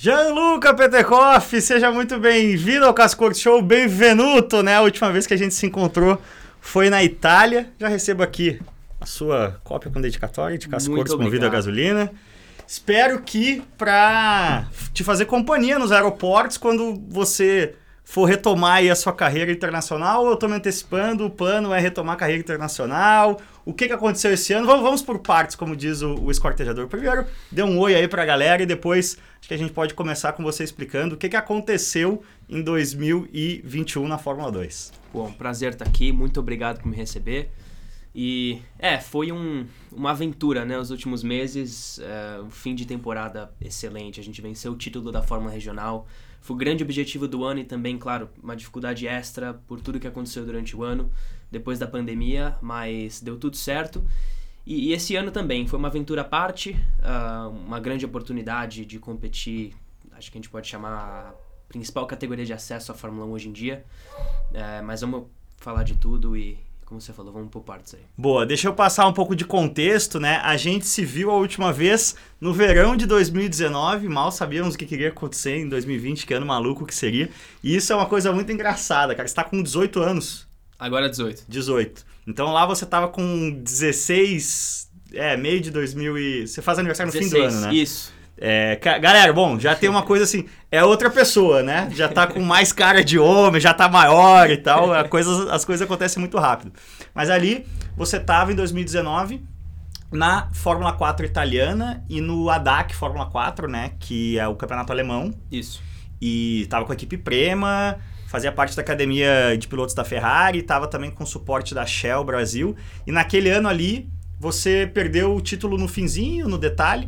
Gianluca Petekoff, seja muito bem-vindo ao Cascorto Show, benvenuto, né? A última vez que a gente se encontrou foi na Itália. Já recebo aqui a sua cópia com dedicatória de Cascorto movido a gasolina. Espero que para te fazer companhia nos aeroportos quando você for retomar aí a sua carreira internacional. Eu estou me antecipando, o plano é retomar a carreira internacional. O que aconteceu esse ano? Vamos por partes, como diz o esquartejador. Primeiro, dê um oi aí para a galera e depois acho que a gente pode começar com você explicando o que aconteceu em 2021 na Fórmula 2. Bom, prazer estar aqui, muito obrigado por me receber. E foi uma aventura, né? Os últimos meses, um fim de temporada excelente. A gente venceu o título da Fórmula Regional. Foi o grande objetivo do ano e também, claro, uma dificuldade extra por tudo que aconteceu durante o ano, depois da pandemia, mas deu tudo certo. E esse ano também foi uma aventura à parte, uma grande oportunidade de competir, acho que a gente pode chamar a principal categoria de acesso à Fórmula 1 hoje em dia. Mas vamos falar de tudo e, como você falou, vamos por partes aí. Boa, deixa eu passar um pouco de contexto, né? A gente se viu a última vez no verão de 2019, mal sabíamos o que iria acontecer em 2020, que ano maluco que seria. E isso é uma coisa muito engraçada, cara. Você tá com 18 anos. Agora 18. 18. Então lá você tava com 16, meio de 2000 e... Você faz aniversário no 16, fim do ano, né? Isso. Galera, bom, já tem uma coisa assim, é outra pessoa, né? Já tá com mais cara de homem, já tá maior e tal, as coisas acontecem muito rápido. Mas ali, você tava em 2019 na Fórmula 4 italiana e no ADAC Fórmula 4, né? Que é o campeonato alemão. Isso. E tava com a equipe Prema, fazia parte da academia de pilotos da Ferrari, tava também com suporte da Shell Brasil. E naquele ano ali, você perdeu o título no finzinho, no detalhe.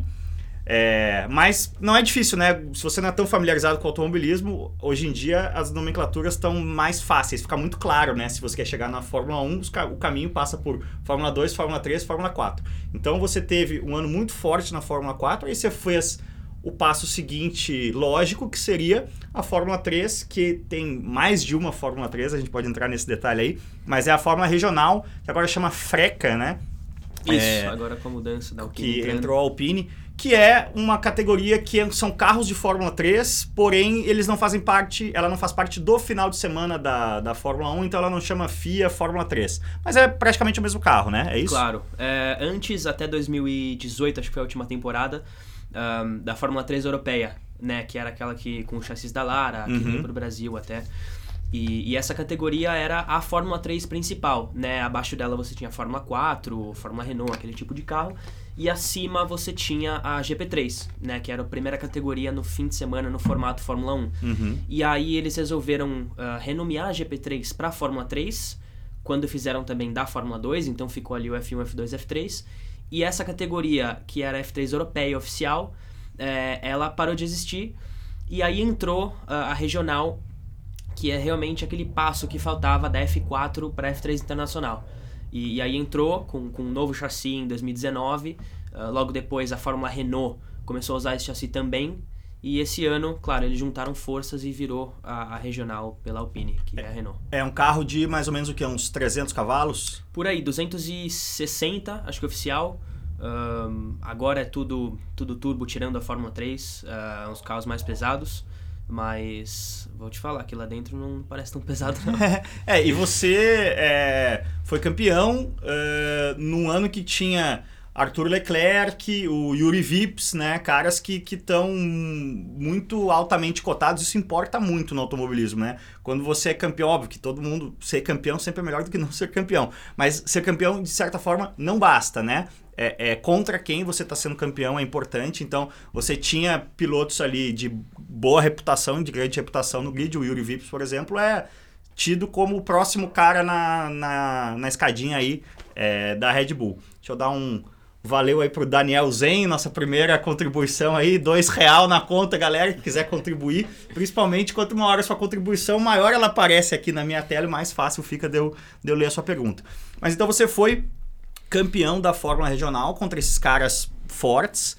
Mas não é difícil, né? Se você não é tão familiarizado com o automobilismo, hoje em dia as nomenclaturas estão mais fáceis, fica muito claro, né? Se você quer chegar na Fórmula 1, o caminho passa por Fórmula 2, Fórmula 3, Fórmula 4. Então você teve um ano muito forte na Fórmula 4, aí você fez o passo seguinte lógico, que seria a Fórmula 3, que tem mais de uma Fórmula 3, a gente pode entrar nesse detalhe aí, mas é a Fórmula Regional, que agora chama FRECA, né? Isso, agora com a mudança da Alpine. Que entrou a Alpine, que é uma categoria que são carros de Fórmula 3, porém ela não faz parte do final de semana da Fórmula 1, então ela não chama FIA Fórmula 3. Mas é praticamente o mesmo carro, né? É isso? Claro. Antes, até 2018, acho que foi a última temporada, da Fórmula 3 europeia, né? Que era aquela que com o chassis da Lara, que veio pro Brasil até. E essa categoria era a Fórmula 3 principal, né? Abaixo dela você tinha a Fórmula 4, Fórmula Renault, aquele tipo de carro. E acima você tinha a GP3, né? Que era a primeira categoria no fim de semana no formato Fórmula 1. E aí eles resolveram renomear a GP3 para a Fórmula 3, quando fizeram também da Fórmula 2, então ficou ali o F1, F2, F3. E essa categoria, que era a F3 europeia oficial, ela parou de existir. E aí entrou a regional, que é realmente aquele passo que faltava da F4 para a F3 internacional. E aí entrou com um novo chassi em 2019, logo depois a Fórmula Renault começou a usar esse chassi também, e esse ano, claro, eles juntaram forças e virou a regional pela Alpine, que é a Renault. É um carro de mais ou menos o quê? Uns 300 cavalos? Por aí, 260, acho que oficial. Agora é tudo turbo, tirando a Fórmula 3, os carros mais pesados. Mas vou te falar que lá dentro não parece tão pesado, não. E você foi campeão num ano que tinha Arthur Leclerc, o Yuri Vips, né? Caras que estão muito altamente cotados. Isso importa muito no automobilismo, né? Quando você é campeão, óbvio que todo mundo ser campeão sempre é melhor do que não ser campeão. Mas ser campeão, de certa forma, não basta, né? Contra quem você está sendo campeão é importante. Então, você tinha pilotos ali de boa reputação, de grande reputação no grid. O Yuri Vips, por exemplo, é tido como o próximo cara na escadinha aí da Red Bull. Deixa eu dar um valeu aí pro Daniel Zen, nossa primeira contribuição aí, R$2 na conta, galera, que quiser contribuir. Principalmente, quanto maior a sua contribuição, maior ela aparece aqui na minha tela e mais fácil fica de eu ler a sua pergunta. Mas então você foi campeão da Fórmula Regional contra esses caras fortes.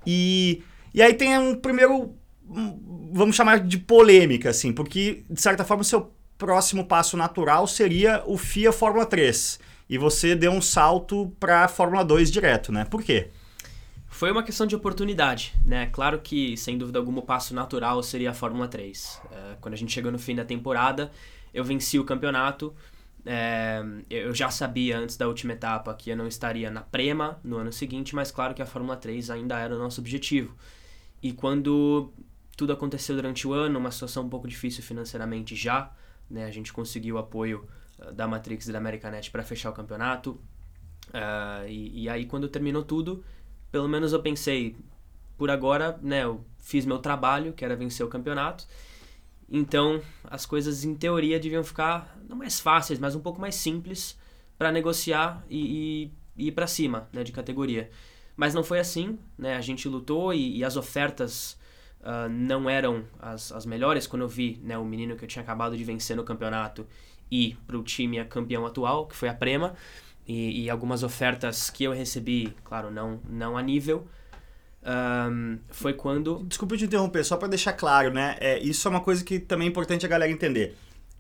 E aí tem um primeiro, vamos chamar de polêmica, assim, porque, de certa forma, o seu próximo passo natural seria o FIA Fórmula 3. E você deu um salto para a Fórmula 2 direto, né? Por quê? Foi uma questão de oportunidade, né? Claro que, sem dúvida alguma, o passo natural seria a Fórmula 3. Quando a gente chegou no fim da temporada, eu venci o campeonato. Eu já sabia antes da última etapa que eu não estaria na Prema no ano seguinte, mas claro que a Fórmula 3 ainda era o nosso objetivo. E quando tudo aconteceu durante o ano, uma situação um pouco difícil financeiramente já, né? A gente conseguiu o apoio da Matrix e da Americanet para fechar o campeonato. E aí, quando terminou tudo, pelo menos eu pensei, por agora, né, eu fiz meu trabalho, que era vencer o campeonato. Então, as coisas, em teoria, deviam ficar, não mais fáceis, mas um pouco mais simples para negociar e ir para cima, né, de categoria. Mas não foi assim, né? A gente lutou e as ofertas não eram as melhores. Quando eu vi, né, o menino que eu tinha acabado de vencer no campeonato ir para o time campeão atual, que foi a Prema, e algumas ofertas que eu recebi, claro, não a nível, foi quando... Desculpa te interromper, só para deixar claro, né? Isso é uma coisa que também é importante a galera entender.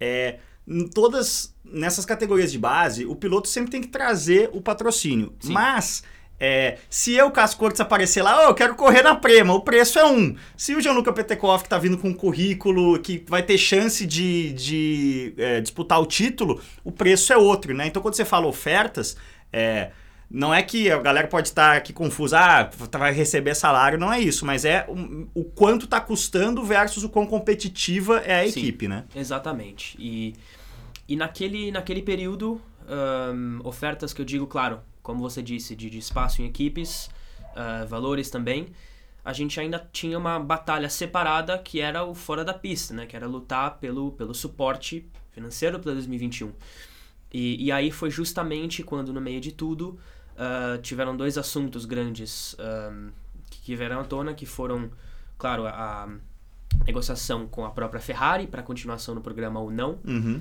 Nessas categorias de base, o piloto sempre tem que trazer o patrocínio. Sim. Mas... se eu, Cássio Cortes, aparecer lá, eu quero correr na Prema, o preço é 1. Se o Gianluca Petekoff, que tá vindo com um currículo que vai ter chance de disputar o título, o preço é outro, né? Então, quando você fala ofertas, não é que a galera pode estar aqui confusa, vai receber salário, não é isso, mas é o quanto tá custando versus o quão competitiva é a equipe, né? Exatamente. E naquele período, ofertas que eu digo, claro, como você disse, de espaço em equipes, valores também, a gente ainda tinha uma batalha separada que era o fora da pista, né? Que era lutar pelo suporte financeiro para 2021. E aí foi justamente quando, no meio de tudo, tiveram 2 assuntos grandes que vieram à tona, que foram, claro, a negociação com a própria Ferrari para continuação no programa ou não,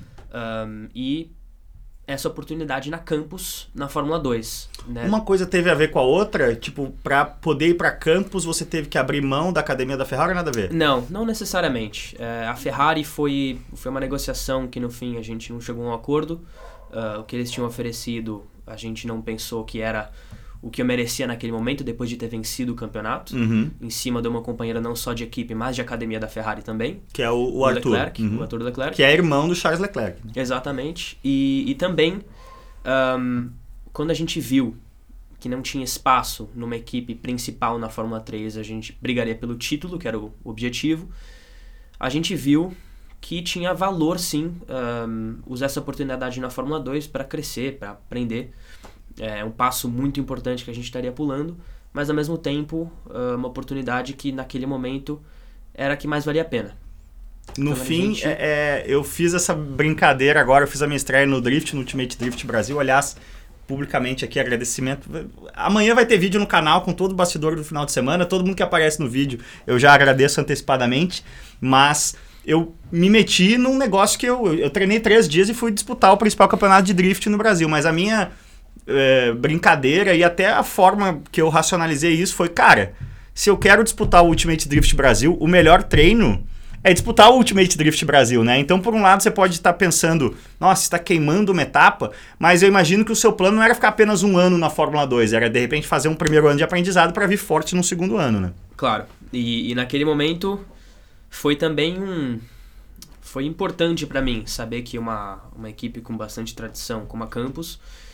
e essa oportunidade na Campus, na Fórmula 2. Né? Uma coisa teve a ver com a outra? Tipo, para poder ir para Campus, você teve que abrir mão da academia da Ferrari ou nada a ver? Não necessariamente. A Ferrari foi uma negociação que, no fim, a gente não chegou a um acordo. O que eles tinham oferecido, a gente não pensou que era o que eu merecia naquele momento, depois de ter vencido o campeonato, em cima de uma companheira não só de equipe, mas de academia da Ferrari também. Que é o Arthur. Leclerc, o Arthur Leclerc. Que é irmão do Charles Leclerc. Exatamente. E também, quando a gente viu que não tinha espaço numa equipe principal na Fórmula 3, a gente brigaria pelo título, que era o objetivo, a gente viu que tinha valor, sim, usar essa oportunidade na Fórmula 2 para crescer, para aprender. É um passo muito importante que a gente estaria pulando, mas ao mesmo tempo uma oportunidade que naquele momento era a que mais valia a pena. No então, fim, eu fiz essa brincadeira agora, eu fiz a minha estreia no Drift, no Ultimate Drift Brasil. Aliás, publicamente aqui, agradecimento. Amanhã vai ter vídeo no canal com todo o bastidor do final de semana. Todo mundo que aparece no vídeo eu já agradeço antecipadamente, mas eu me meti num negócio que eu treinei 3 dias e fui disputar o principal campeonato de Drift no Brasil, mas a minha brincadeira e até a forma que eu racionalizei isso foi, cara, se eu quero disputar o Ultimate Drift Brasil, o melhor treino é disputar o Ultimate Drift Brasil, né? Então, por um lado, você pode estar pensando, nossa, está queimando uma etapa, mas eu imagino que o seu plano não era ficar apenas 1 ano na Fórmula 2, era, de repente, fazer um primeiro ano de aprendizado para vir forte no segundo ano, né? Claro, e naquele momento foi também foi importante para mim saber que uma equipe com bastante tradição, como a Campus,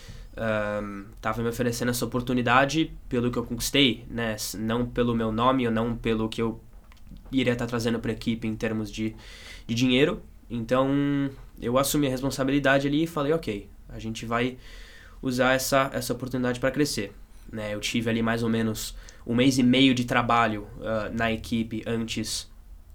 estava me oferecendo essa oportunidade pelo que eu conquistei, né? Não pelo meu nome ou não pelo que eu iria estar trazendo para a equipe em termos de dinheiro. Então eu assumi a responsabilidade ali e falei, ok, a gente vai usar essa oportunidade para crescer, né? Eu tive ali mais ou menos 1 mês e meio de trabalho na equipe antes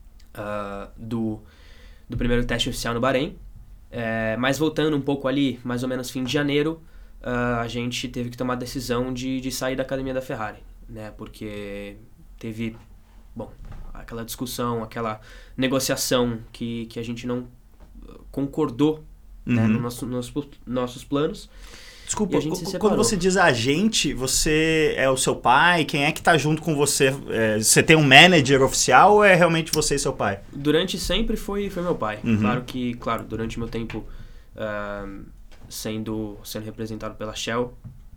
do primeiro teste oficial no Bahrein, mas voltando um pouco ali, mais ou menos fim de janeiro, a gente teve que tomar a decisão de sair da academia da Ferrari, né? Porque teve, aquela discussão, aquela negociação que a gente não concordou, né, nos nossos planos. Desculpa, quando você diz a gente, você é o seu pai? Quem é que tá junto com você? Você tem um manager oficial ou é realmente você e seu pai? Durante sempre foi meu pai. Claro, durante o meu tempo sendo representado pela Shell,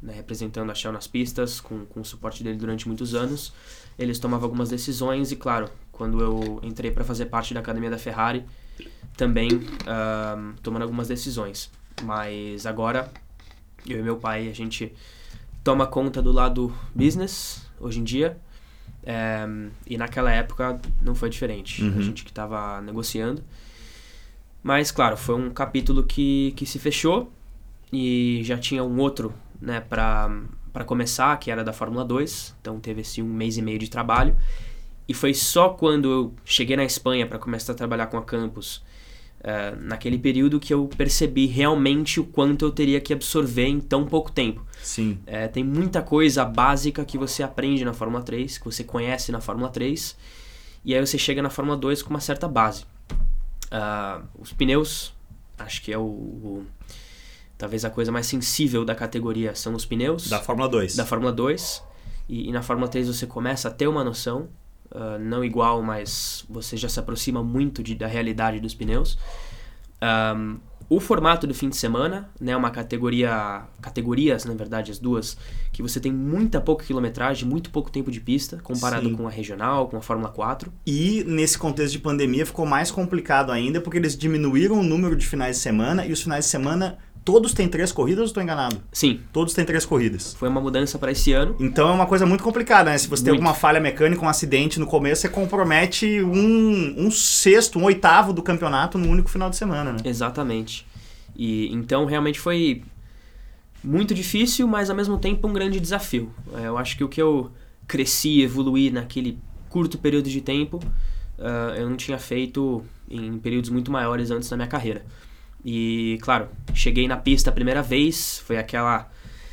né, representando a Shell nas pistas, com o suporte dele durante muitos anos. Eles tomavam algumas decisões e, claro, quando eu entrei para fazer parte da academia da Ferrari, também tomando algumas decisões. Mas agora, eu e meu pai, a gente toma conta do lado business, hoje em dia, e naquela época não foi diferente. A gente que estava negociando. Mas, claro, foi um capítulo que se fechou e já tinha um outro, né, para começar, que era da Fórmula 2. Então teve esse 1 mês e meio de trabalho. E foi só quando eu cheguei na Espanha para começar a trabalhar com a Campus, naquele período, que eu percebi realmente o quanto eu teria que absorver em tão pouco tempo. Sim. Tem muita coisa básica que você aprende na Fórmula 3, que você conhece na Fórmula 3, e aí você chega na Fórmula 2 com uma certa base. Os pneus, acho que é talvez a coisa mais sensível da categoria são os pneus. Da Fórmula 2. Da Fórmula 2. E na Fórmula 3 você começa a ter uma noção, não igual, mas você já se aproxima muito da realidade dos pneus. O formato do fim de semana, né, uma categorias, na verdade, as duas, que você tem muita pouca quilometragem, muito pouco tempo de pista, comparado com a regional, com a Fórmula 4. E nesse contexto de pandemia ficou mais complicado ainda, porque eles diminuíram o número de finais de semana, e os finais de semana todos têm 3 corridas, ou estou enganado? Sim. Todos têm 3 corridas. Foi uma mudança para esse ano. Então é uma coisa muito complicada, né? Se você tem alguma falha mecânica, um acidente no começo, você compromete um sexto, um oitavo do campeonato no único final de semana, né? Exatamente. E então realmente foi muito difícil, mas ao mesmo tempo um grande desafio. Eu acho que o que eu cresci, evoluí naquele curto período de tempo, eu não tinha feito em períodos muito maiores antes da minha carreira. E, claro, cheguei na pista a primeira vez, foi aquela...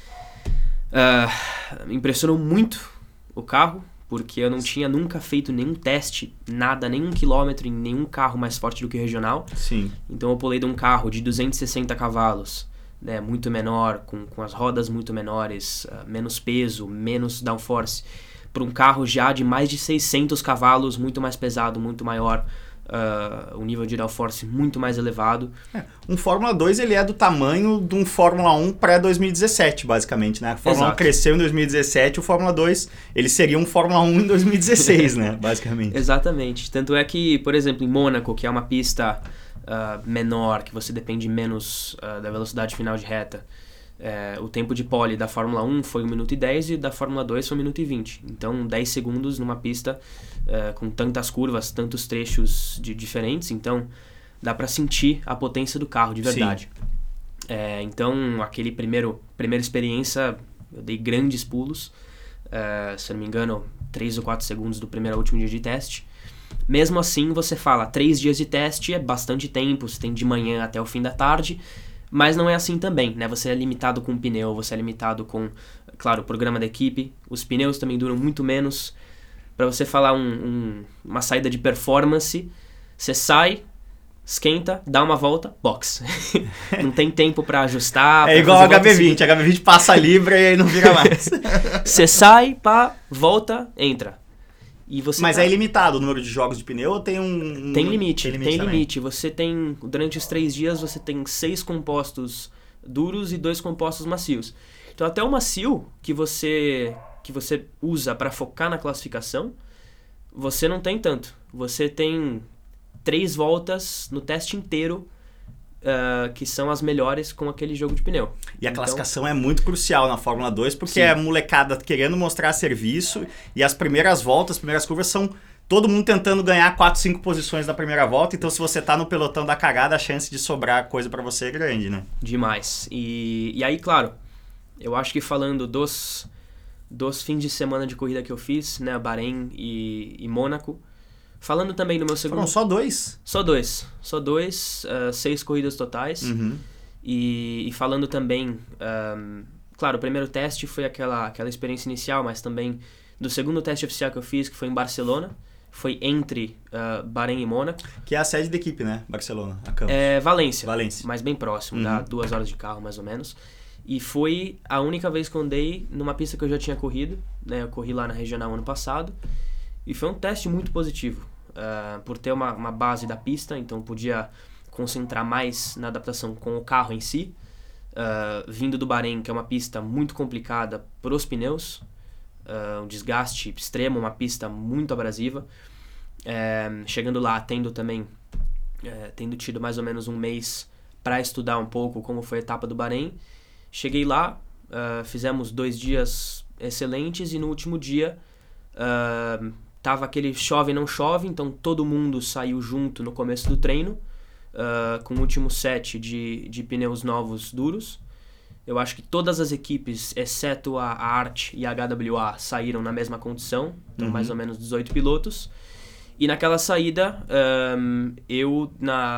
me impressionou muito o carro, porque eu não tinha nunca feito nenhum teste, nada, nenhum quilômetro em nenhum carro mais forte do que o regional. Sim. Então eu pulei de um carro de 260 cavalos, né, muito menor, com as rodas muito menores, menos peso, menos downforce, para um carro já de mais de 600 cavalos, muito mais pesado, muito maior, o nível de downforce muito mais elevado. Um Fórmula 2 ele é do tamanho de um Fórmula 1 pré-2017, basicamente, né? A Fórmula 1 cresceu em 2017, o Fórmula 2 ele seria um Fórmula 1 em 2016, né? Basicamente. Exatamente. Tanto é que, por exemplo, em Mônaco, que é uma pista menor, que você depende menos da velocidade final de reta, o tempo de pole da Fórmula 1 foi 1 minuto e 10 e da Fórmula 2 foi 1 minuto e 20. Então 10 segundos numa pista com tantas curvas, tantos trechos diferentes, então dá para sentir a potência do carro de verdade. Então aquele primeira experiência eu dei grandes pulos, se eu não me engano 3 ou 4 segundos do primeiro ao último dia de teste. Mesmo assim você fala 3 dias de teste é bastante tempo, você tem de manhã até o fim da tarde. Mas não é assim também, né? Você é limitado com pneu, você é limitado com, claro, o programa da equipe. Os pneus também duram muito menos. Para você falar uma saída de performance, você sai, esquenta, dá uma volta, box. Não tem tempo para ajustar. É igual a HB20, a HB20 passa livre e aí não vira mais. Você sai, pá, volta, entra. E você Mas é ilimitado o número de jogos de pneu ou tem um... Tem limite. Você tem, durante os 3 dias, você tem 6 compostos duros e 2 compostos macios. Então até o macio que você usa para focar na classificação, você não tem tanto. Você tem 3 voltas no teste inteiro, que são as melhores com aquele jogo de pneu. E a classificação é muito crucial na Fórmula 2, porque é a molecada querendo mostrar serviço, e as primeiras voltas, as primeiras curvas são todo mundo tentando ganhar 4, 5 posições na primeira volta, então se você tá no pelotão da cagada, a chance de sobrar coisa para você é grande, né? Demais. E aí, claro, eu acho que falando dos fins de semana de corrida que eu fiz, né, Bahrein e Mônaco, falando também do meu segundo... Foram só 2? Só 2. 6 corridas totais. Uhum. E falando também... claro, o primeiro teste foi aquela experiência inicial, mas também do segundo teste oficial que eu fiz, que foi em Barcelona. Foi entre Bahrein e Mônaco. Que é a sede da equipe, né? Barcelona, a Campos. Valência. Valência. Mas bem próximo, dá 2 horas de carro, mais ou menos. E foi a única vez que eu andei numa pista que eu já tinha corrido, né? Eu corri lá na regional ano passado. E foi um teste muito positivo, por ter uma base da pista, então podia concentrar mais na adaptação com o carro em si, vindo do Bahrein, que é uma pista muito complicada para os pneus, um desgaste extremo, uma pista muito abrasiva. Chegando lá, tendo tido mais ou menos um mês para estudar um pouco como foi a etapa do Bahrein. Cheguei lá, fizemos 2 dias excelentes e no último dia tava aquele chove não chove, então todo mundo saiu junto no começo do treino, com o último set de pneus novos duros. Eu acho que todas as equipes, exceto a ART e a HWA, saíram na mesma condição, então mais ou menos 18 pilotos. E naquela saída, eu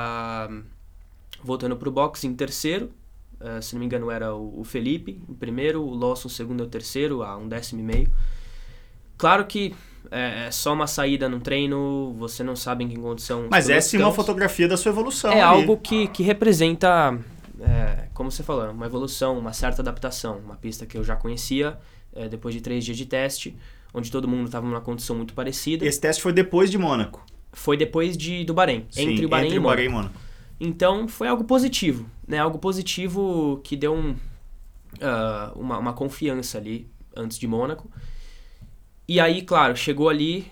voltando pro box em terceiro, se não me engano era o Felipe em primeiro, o Lawson segundo e o terceiro, a 1 décimo e meio. Claro que é só uma saída num treino, você não sabe em que condição... Mas é sim uma fotografia da sua evolução. É ali. Algo que representa, como você falou, uma evolução, uma certa adaptação. Uma pista que eu já conhecia, depois de 3 dias de teste, onde todo mundo estava numa condição muito parecida. E esse teste foi depois de Mônaco? Foi depois do Bahrein, sim, entre o Bahrein e Mônaco. Mônaco. Então foi algo positivo, né? Algo positivo que deu uma confiança ali antes de Mônaco. E aí, claro, chegou ali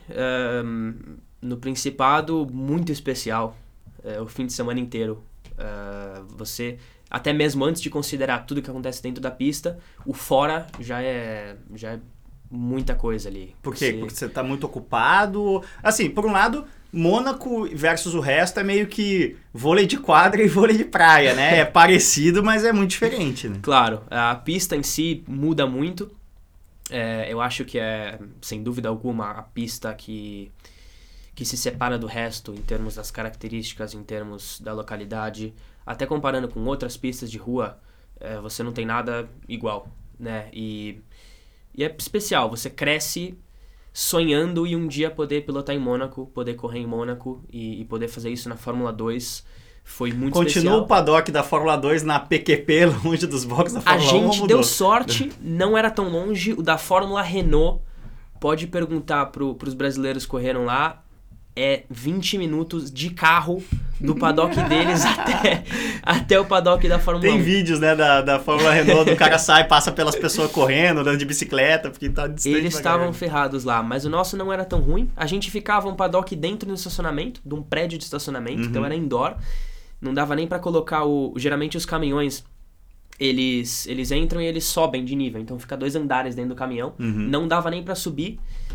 no Principado, muito especial, o fim de semana inteiro. Você, até mesmo antes de considerar tudo que acontece dentro da pista, o fora já é muita coisa ali. Por quê? Porque você tá muito ocupado? Assim, por um lado, Mônaco versus o resto é meio que vôlei de quadra e vôlei de praia, né? É parecido, mas é muito diferente, né? Claro, a pista em si muda muito. Eu acho que é, sem dúvida alguma, a pista que se separa do resto em termos das características, em termos da localidade. Até comparando com outras pistas de rua, você não tem nada igual, né? E é especial, você cresce sonhando em um dia poder pilotar em Mônaco, poder correr em Mônaco e poder fazer isso na Fórmula 2. Foi muito especial. Continua o paddock da Fórmula 2 na PQP, longe dos boxes da Fórmula 1. A gente deu sorte, não era tão longe. O da Fórmula Renault, pode perguntar pros brasileiros que correram lá, é 20 minutos de carro do paddock deles até o paddock da Fórmula 1. Tem vídeos, né, da Fórmula Renault, do cara sai, passa pelas pessoas correndo, andando de bicicleta, porque tá distante. Eles estavam ferrados lá, mas o nosso não era tão ruim. A gente ficava um paddock dentro do estacionamento, de um prédio de estacionamento, então era indoor. Não dava nem pra colocar geralmente os caminhões, eles entram e eles sobem de nível, então fica 2 andares dentro do caminhão. Não dava nem pra subir.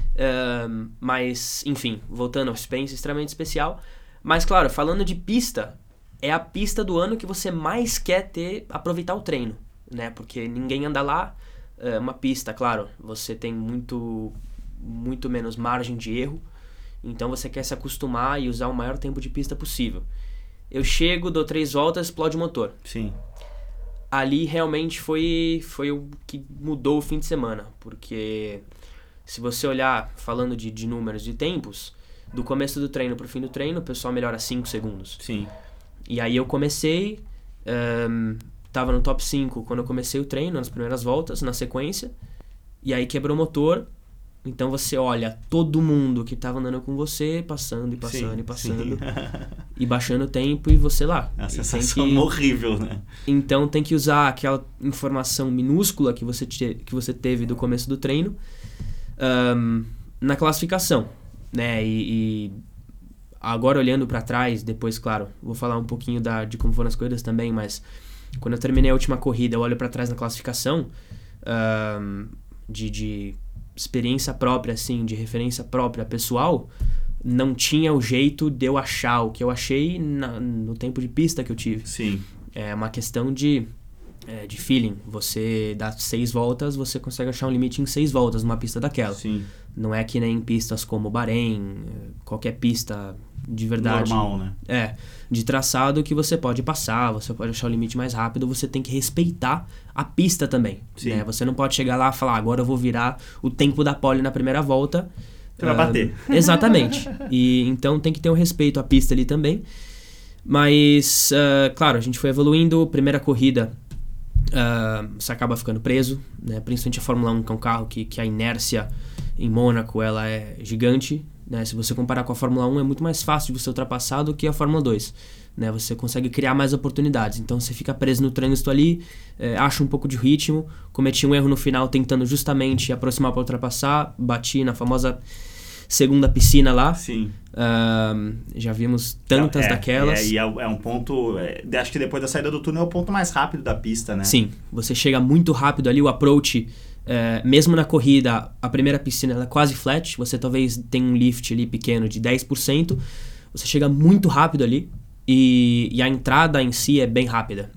Mas, enfim, voltando, experiência extremamente especial. Mas, claro, falando de pista, é a pista do ano que você mais quer aproveitar o treino, né? Porque ninguém anda lá. Uma pista, claro, você tem muito menos margem de erro. Então você quer se acostumar e usar o maior tempo de pista possível. Eu chego, dou 3 voltas, explode o motor. Sim. Ali realmente foi o que mudou o fim de semana, porque se você olhar, falando de números de tempos, do começo do treino pro fim do treino, o pessoal melhora 5 segundos. Sim. E aí eu comecei, tava no top 5 quando eu comecei o treino, nas primeiras voltas, na sequência, e aí quebrou o motor. Então você olha todo mundo que tava andando com você, passando e passando sim, e passando, e baixando o tempo, e você lá. É uma sensação horrível, né? Então tem que usar aquela informação minúscula que você teve do começo do treino na classificação, né? E agora olhando para trás, depois, claro, vou falar um pouquinho de como foram as corridas também, mas quando eu terminei a última corrida, eu olho para trás na classificação, de experiência própria, assim, de referência própria pessoal, não tinha o jeito de eu achar o que eu achei no tempo de pista que eu tive. Sim. É uma questão de feeling. Você dá 6 voltas, você consegue achar um limite em 6 voltas numa pista daquela. Sim. Não é que nem pistas como Bahrein, qualquer pista de verdade. Normal, né? De traçado que você pode passar, você pode achar o limite mais rápido, você tem que respeitar a pista também. Sim. Né? Você não pode chegar lá e falar, agora eu vou virar o tempo da pole na primeira volta. Você vai bater. Exatamente. E então tem que ter um respeito à pista ali também. Mas, claro, a gente foi evoluindo. Primeira corrida, você acaba ficando preso, né? Principalmente a Fórmula 1, que é um carro que a inércia em Mônaco ela é gigante, né? Se você comparar com a Fórmula 1, é muito mais fácil de você ultrapassar do que a Fórmula 2. Né? Você consegue criar mais oportunidades. Então você fica preso no trânsito ali, acha um pouco de ritmo, cometi um erro no final tentando justamente aproximar para ultrapassar, bati na famosa segunda piscina lá. Sim. Já vimos tantas daquelas. E é um ponto, acho que depois da saída do túnel é o ponto mais rápido da pista, né? Sim, você chega muito rápido ali, o approach, mesmo na corrida, a primeira piscina ela é quase flat, você talvez tenha um lift ali pequeno de 10%, você chega muito rápido ali e a entrada em si é bem rápida.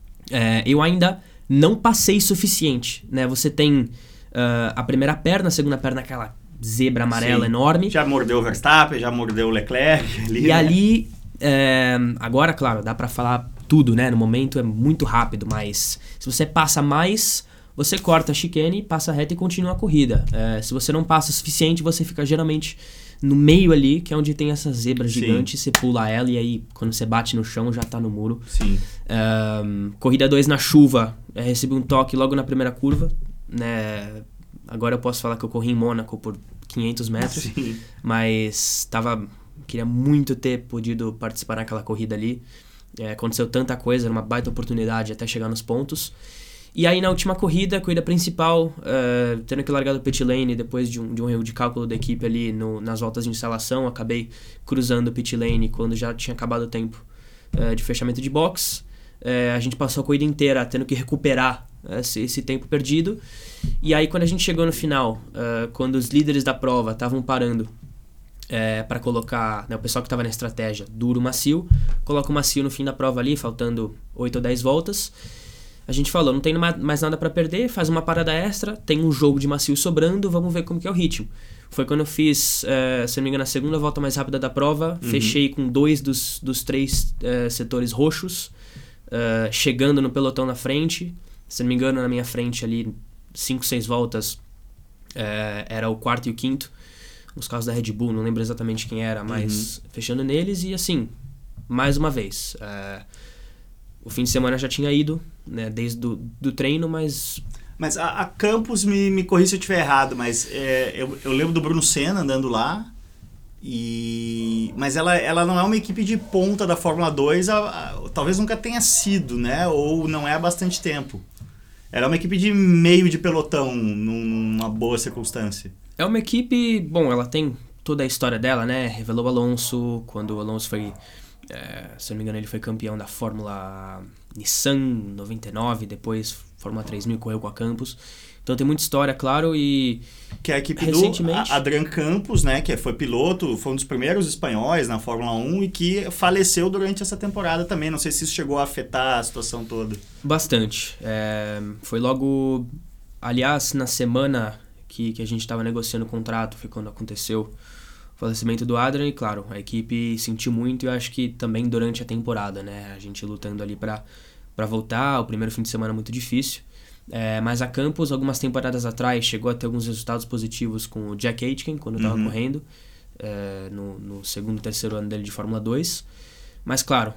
Eu ainda não passei suficiente, né? Você tem a primeira perna, a segunda perna aquela zebra amarela enorme. Já mordeu o Verstappen, já mordeu o Leclerc. Ali, e ali, agora, claro, dá pra falar tudo, né? No momento é muito rápido, mas se você passa mais, você corta a chicane, passa reto e continua a corrida. Se você não passa o suficiente, você fica geralmente no meio ali, que é onde tem essa zebra gigante, você pula ela e aí quando você bate no chão já tá no muro. Sim. Corrida 2 na chuva, recebi um toque logo na primeira curva, né? Agora eu posso falar que eu corri em Mônaco por 500 metros, Sim. mas queria muito ter podido participar naquela corrida ali. Aconteceu tanta coisa, era uma baita oportunidade até chegar nos pontos. E aí na última corrida, a corrida principal, tendo que largar do pit lane depois de um erro de cálculo da equipe ali nas voltas de instalação, acabei cruzando o pit lane quando já tinha acabado o tempo de fechamento de box. A gente passou a corrida inteira tendo que recuperar esse tempo perdido. E aí quando a gente chegou no final, quando os líderes da prova estavam parando para colocar, né, o pessoal que estava na estratégia duro, macio, coloca o macio no fim da prova ali, faltando 8 ou 10 voltas. A gente falou, não tem mais nada para perder, faz uma parada extra, tem um jogo de macio sobrando, vamos ver como que é o ritmo. Foi quando eu fiz, se não me engano, a segunda volta mais rápida da prova, fechei com 2 dos 3 setores roxos, chegando no pelotão na frente. Se não me engano, na minha frente ali, 5, 6 voltas, era o quarto e o quinto, os carros da Red Bull, não lembro exatamente quem era, mas fechando neles e assim, mais uma vez, o fim de semana já tinha ido, né, desde do treino, mas... Mas a Campos, me corrija se eu estiver errado, mas eu lembro do Bruno Senna andando lá, mas ela não é uma equipe de ponta da Fórmula 2, talvez nunca tenha sido, né, ou não é há bastante tempo. Ela é uma equipe de meio de pelotão, numa boa circunstância. É uma equipe... Bom, ela tem toda a história dela, né? Revelou o Alonso, quando o Alonso foi... se não me engano, ele foi campeão da Fórmula Nissan 99, depois Fórmula 3000, correu com a Campos. Então tem muita história, claro, e... Que é a equipe recentemente... do Adrián Campos, né? Que foi piloto, foi um dos primeiros espanhóis na Fórmula 1 e que faleceu durante essa temporada também. Não sei se isso chegou a afetar a situação toda. Bastante. Foi logo... Aliás, na semana que a gente estava negociando o contrato, foi quando aconteceu o falecimento do Adrian, e claro, a equipe sentiu muito, e eu acho que também durante a temporada, né? A gente lutando ali para voltar, o primeiro fim de semana muito difícil. Mas a Campos, algumas temporadas atrás, chegou a ter alguns resultados positivos com o Jack Aitken, quando estava correndo, no segundo, terceiro ano dele de Fórmula 2. Mas claro,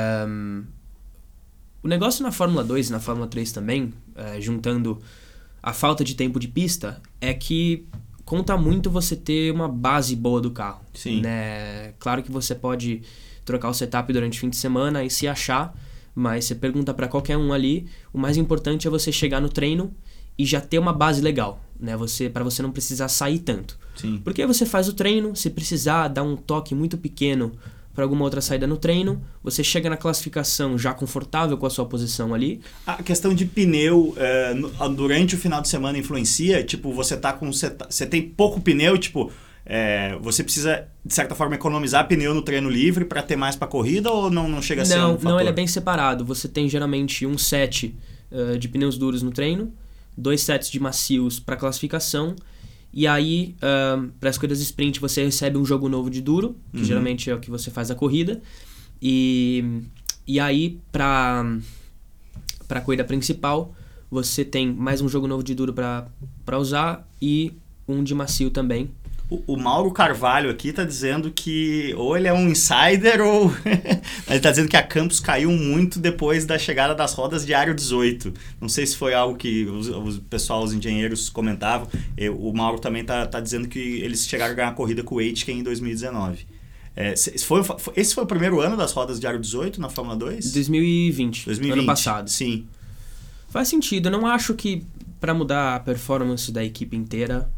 o negócio na Fórmula 2 e na Fórmula 3 também, juntando a falta de tempo de pista, é que conta muito você ter uma base boa do carro. Sim. Né? Claro que você pode trocar o setup durante o fim de semana e se achar, mas você pergunta para qualquer um ali, o mais importante é você chegar no treino e já ter uma base legal, né? Para você não precisar sair tanto. Sim. Porque aí você faz o treino, se precisar dar um toque muito pequeno para alguma outra saída no treino, você chega na classificação já confortável com a sua posição ali. A questão de pneu durante o final de semana influencia? Tipo, você tem pouco pneu, tipo... você precisa, de certa forma, economizar pneu no treino livre para ter mais para corrida ou não chega a ser um fator? Não, ele é bem separado. Você tem geralmente um set de pneus duros no treino, 2 sets de macios para classificação, e aí para as corridas de sprint você recebe um jogo novo de duro, que geralmente é o que você faz a corrida, e aí para a corrida principal você tem mais um jogo novo de duro para usar e um de macio também. O Mauro Carvalho aqui tá dizendo que ou ele é um insider ou... ele tá dizendo que a Campos caiu muito depois da chegada das rodas de aro 18. Não sei se foi algo que os engenheiros comentavam. O Mauro também tá dizendo que eles chegaram a ganhar a corrida com o Aitken em 2019. Esse foi o primeiro ano das rodas de aro 18 na Fórmula 2? 2020, ano passado. Sim. Faz sentido. Eu não acho que para mudar a performance da equipe inteira...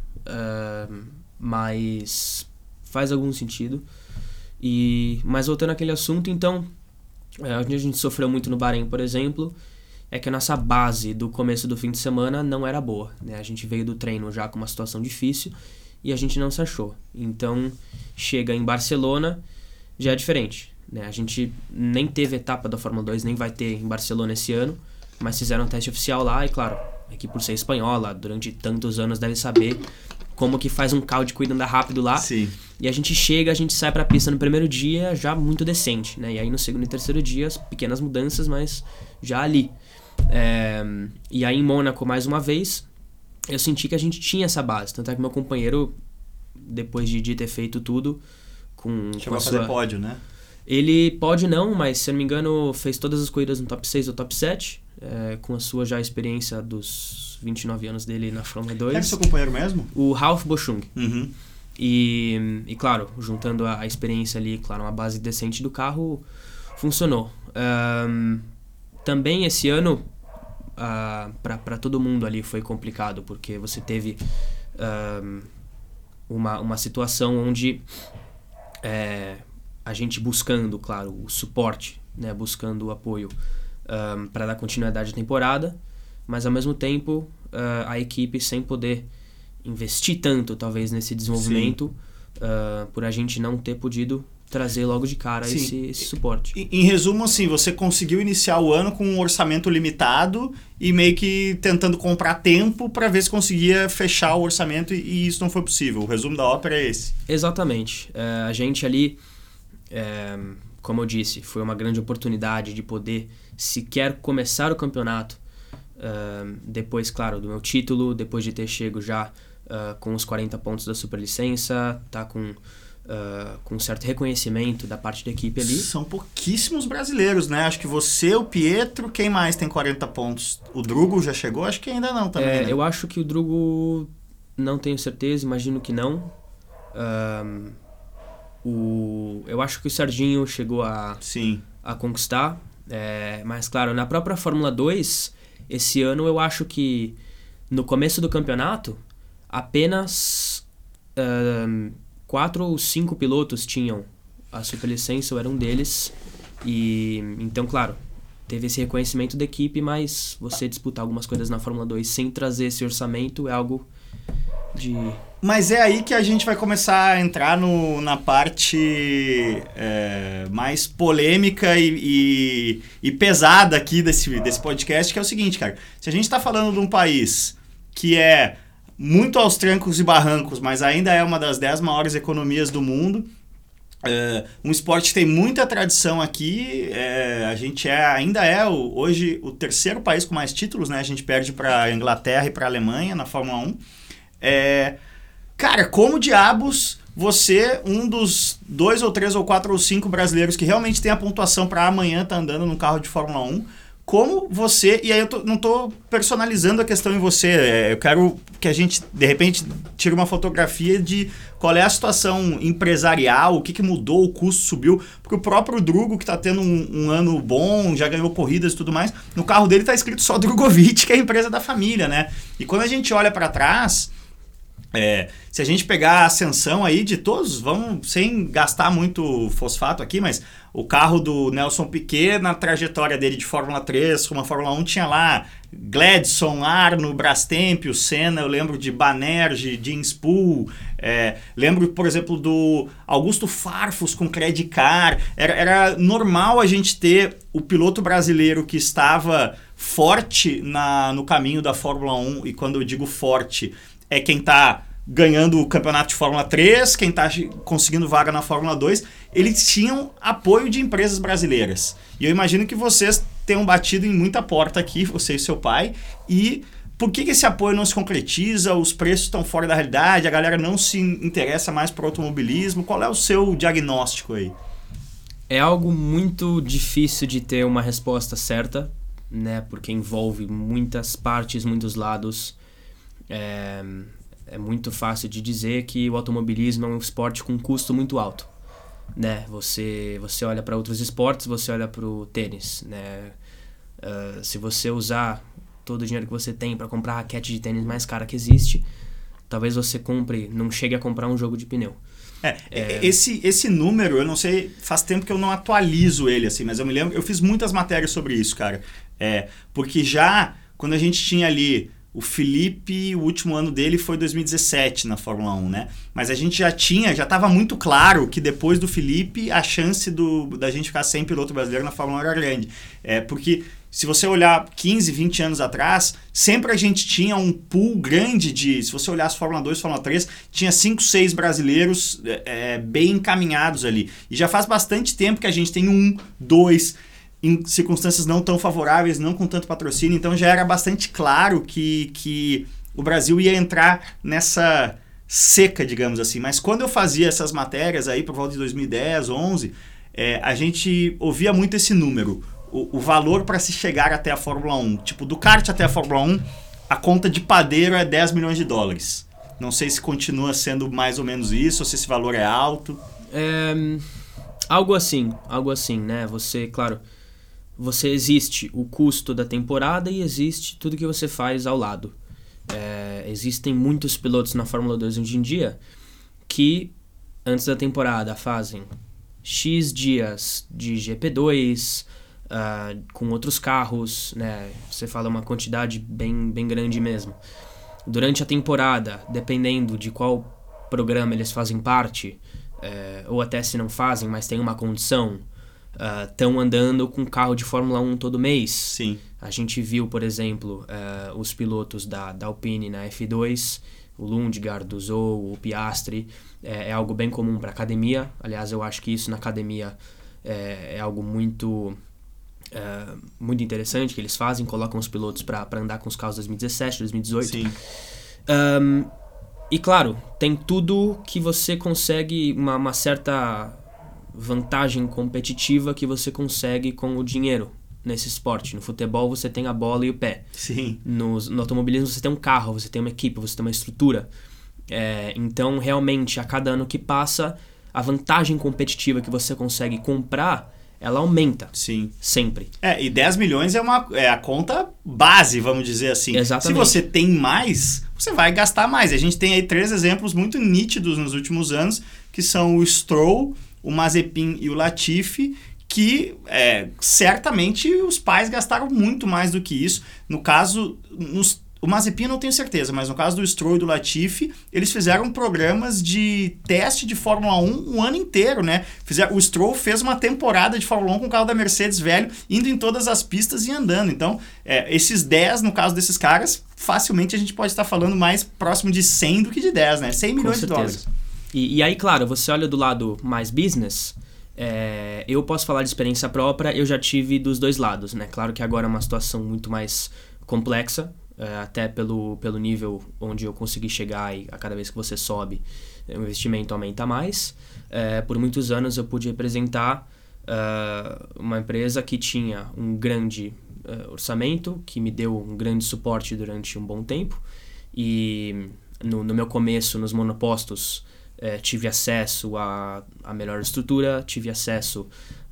mas faz algum sentido. Mas voltando àquele assunto, então, onde a gente sofreu muito no Bahrein, por exemplo, é que a nossa base do começo do fim de semana não era boa, né? A gente veio do treino já com uma situação difícil e a gente não se achou. Então, chega em Barcelona, já é diferente, né? A gente nem teve etapa da Fórmula 2, nem vai ter em Barcelona esse ano, mas fizeram um teste oficial lá e, claro, é que por ser espanhola, durante tantos anos deve saber como que faz um carro de corrida andar rápido lá. Sim. E a gente sai pra pista no primeiro dia já muito decente, né? E aí no segundo e terceiro dia, pequenas mudanças, mas já ali. E aí em Mônaco, mais uma vez, eu senti que a gente tinha essa base. Tanto é que meu companheiro, depois de ter feito tudo, chegou a fazer pódio, né? Ele pode não, mas se eu não me engano, fez todas as corridas no top 6 ou top 7, com a sua já experiência dos 29 anos dele na Fórmula 2. É seu companheiro mesmo? O Ralf Boschung. Uhum. E claro, juntando a experiência ali, claro, uma base decente do carro, funcionou. Também esse ano, para todo mundo ali foi complicado, porque você teve uma situação onde a gente buscando, claro, o suporte, né, buscando o apoio para dar continuidade à temporada, mas ao mesmo tempo a equipe sem poder investir tanto talvez nesse desenvolvimento, por a gente não ter podido trazer logo de cara esse suporte. Em resumo, assim, você conseguiu iniciar o ano com um orçamento limitado e meio que tentando comprar tempo para ver se conseguia fechar o orçamento e isso não foi possível. O resumo da ópera é esse. Exatamente. A gente ali, como eu disse, foi uma grande oportunidade de poder sequer começar o campeonato depois, claro, do meu título, depois de ter chego já com os 40 pontos da superlicença, tá com um certo reconhecimento da parte da equipe ali. São pouquíssimos brasileiros, né? Acho que você, o Pietro, quem mais tem 40 pontos? O Drugo já chegou? Acho que ainda não também, né? Eu acho que o Drugo, não tenho certeza, imagino que não. Eu acho que o Serginho chegou a conquistar, mas claro, na própria Fórmula 2, esse ano eu acho que no começo do campeonato, apenas 4 ou 5 pilotos tinham a superlicença, eu era um deles, e então, claro, teve esse reconhecimento da equipe, mas você disputar algumas coisas na Fórmula 2 sem trazer esse orçamento é algo de... Mas é aí que a gente vai começar a entrar na parte mais polêmica e pesada aqui desse podcast, que é o seguinte, cara. Se a gente está falando de um país que é muito aos trancos e barrancos, mas ainda é uma das 10 maiores economias do mundo, um esporte que tem muita tradição aqui, a gente ainda é hoje o terceiro país com mais títulos, né? A gente perde para a Inglaterra e para a Alemanha na Fórmula 1. Cara, como diabos você, um dos 2 ou 3 ou 4 ou 5 brasileiros que realmente tem a pontuação para amanhã tá andando num carro de Fórmula 1, como você... E aí eu não tô personalizando a questão em você, eu quero que a gente, de repente, tire uma fotografia de qual é a situação empresarial, o que mudou, o custo subiu, porque o próprio Drugo, que tá tendo um ano bom, já ganhou corridas e tudo mais, no carro dele tá escrito só Drugovich, que é a empresa da família, né? E quando a gente olha para trás... se a gente pegar a ascensão aí de todos, vamos sem gastar muito fosfato aqui, mas o carro do Nelson Piquet na trajetória dele de Fórmula 3, como a Fórmula 1 tinha lá Gladson, Arno, Brastemp, o Senna, eu lembro de Banerjee, Jim Spool, lembro, por exemplo, do Augusto Farfus com Credit Car. Era normal a gente ter o piloto brasileiro que estava forte no caminho da Fórmula 1, e quando eu digo forte, é quem está ganhando o campeonato de Fórmula 3, quem está conseguindo vaga na Fórmula 2, eles tinham apoio de empresas brasileiras. E eu imagino que vocês tenham batido em muita porta aqui, você e seu pai, e Por que esse apoio não se concretiza? Os preços estão fora da realidade? A galera não se interessa mais por automobilismo? Qual é o seu diagnóstico aí? É algo muito difícil de ter uma resposta certa, né? Porque envolve muitas partes, muitos lados. É muito fácil de dizer que o automobilismo é um esporte com custo muito alto, né? Você olha para outros esportes, você olha para o tênis, né? Se você usar todo o dinheiro que você tem para comprar a raquete de tênis mais cara que existe, talvez você não chegue a comprar um jogo de pneu. Esse número, eu não sei, faz tempo que eu não atualizo ele, assim, mas eu me lembro, eu fiz muitas matérias sobre isso, cara. Porque já, quando a gente tinha ali o Felipe, o último ano dele foi 2017 na Fórmula 1, né? Mas a gente já estava muito claro que depois do Felipe, a chance da gente ficar sem piloto brasileiro na Fórmula 1 era grande. Porque se você olhar 15, 20 anos atrás, sempre a gente tinha um pool grande se você olhasse Fórmula 2, Fórmula 3, tinha 5, 6 brasileiros bem encaminhados ali. E já faz bastante tempo que a gente tem 1, 2 em circunstâncias não tão favoráveis, não com tanto patrocínio, então já era bastante claro que o Brasil ia entrar nessa seca, digamos assim. Mas quando eu fazia essas matérias aí por volta de 2010, 11, a gente ouvia muito esse número, o valor para se chegar até a Fórmula 1. Tipo, do kart até a Fórmula 1, a conta de padeiro é 10 milhões de dólares. Não sei se continua sendo mais ou menos isso, ou se esse valor é alto. Algo assim, né? Você existe o custo da temporada e existe tudo que você faz ao lado. Existem muitos pilotos na Fórmula 2 hoje em dia que, antes da temporada, fazem X dias de GP2 com outros carros, né? Você fala uma quantidade bem, bem grande mesmo. Durante a temporada, dependendo de qual programa eles fazem parte, ou até se não fazem, mas tem uma condição, estão andando com carro de Fórmula 1 todo mês. Sim. A gente viu, por exemplo, os pilotos da Alpine na F2, o Lundgaard, o Zou, o Piastri. É algo bem comum para academia. Aliás, eu acho que isso na academia é algo muito interessante que eles fazem. Colocam os pilotos para andar com os carros 2017, 2018. Sim. E claro, tem tudo que você consegue, uma certa vantagem competitiva que você consegue com o dinheiro nesse esporte. No futebol você tem a bola e o pé. Sim. No automobilismo você tem um carro, você tem uma equipe, você tem uma estrutura. Então realmente a cada ano que passa, a vantagem competitiva que você consegue comprar, ela aumenta. Sim. Sempre. E 10 milhões é a conta base, vamos dizer assim. Exatamente. Se você tem mais, você vai gastar mais. A gente tem aí 3 exemplos muito nítidos nos últimos anos, que são o Stroll, o Mazepin e o Latifi, que certamente os pais gastaram muito mais do que isso. No caso, o Mazepin eu não tenho certeza, mas no caso do Stroll e do Latifi, eles fizeram programas de teste de Fórmula 1 um ano inteiro, né? O Stroll fez uma temporada de Fórmula 1 com o carro da Mercedes velho, indo em todas as pistas e andando. Então, esses 10, no caso desses caras, facilmente a gente pode estar falando mais próximo de 100 do que de 10, né? 100 milhões de dólares. E aí, claro, você olha do lado mais business, eu posso falar de experiência própria, eu já tive dos dois lados, né? Claro que agora é uma situação muito mais complexa, até pelo nível onde eu consegui chegar, e a cada vez que você sobe, o investimento aumenta mais. Por muitos anos eu pude representar uma empresa que tinha um grande orçamento, que me deu um grande suporte durante um bom tempo, e no meu começo, nos monopostos, tive acesso à melhor estrutura, tive acesso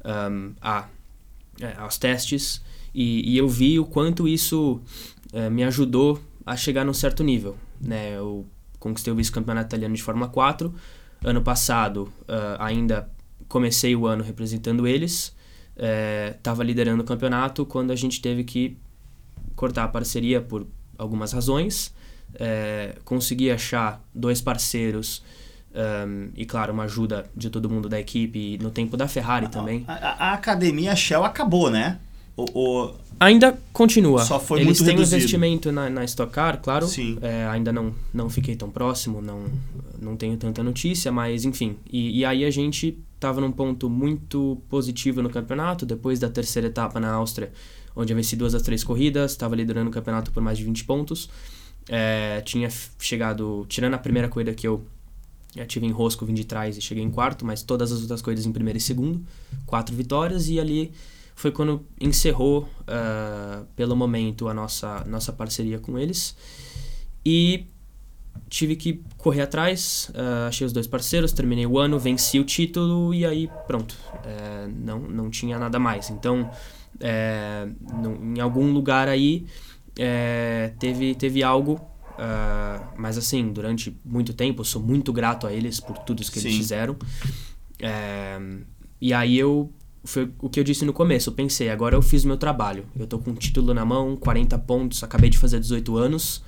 aos testes, e eu vi o quanto isso me ajudou a chegar num certo nível, né? Eu conquistei o vice-campeonato italiano de Fórmula 4. Ano passado, ainda comecei o ano representando eles. Estava liderando o campeonato quando a gente teve que cortar a parceria por algumas razões. Consegui achar 2 parceiros e, claro, uma ajuda de todo mundo da equipe, no tempo da Ferrari também. A academia Shell acabou, né? Ainda continua. Só foi Eles muito têm reduzido. Investimento na Stock Car, claro. Sim. Ainda não fiquei tão próximo, não tenho tanta notícia, mas enfim. E aí a gente estava num ponto muito positivo no campeonato, depois da terceira etapa na Áustria, onde eu venci 2 das 3 corridas, estava liderando o campeonato por mais de 20 pontos. Tinha chegado, tirando a primeira corrida que eu tive enrosco, vim de trás e cheguei em quarto, mas todas as outras corridas em primeiro e segundo, 4 vitórias, e ali foi quando encerrou, pelo momento, a nossa parceria com eles. E tive que correr atrás, achei os 2 parceiros, terminei o ano, venci o título e aí pronto, não tinha nada mais. Então, em algum lugar aí teve algo, mas assim, durante muito tempo eu sou muito grato a eles por tudo que eles fizeram. E aí foi o que eu disse no começo, eu pensei, agora eu fiz o meu trabalho, eu tô com um título na mão, 40 pontos, acabei de fazer 18 anos.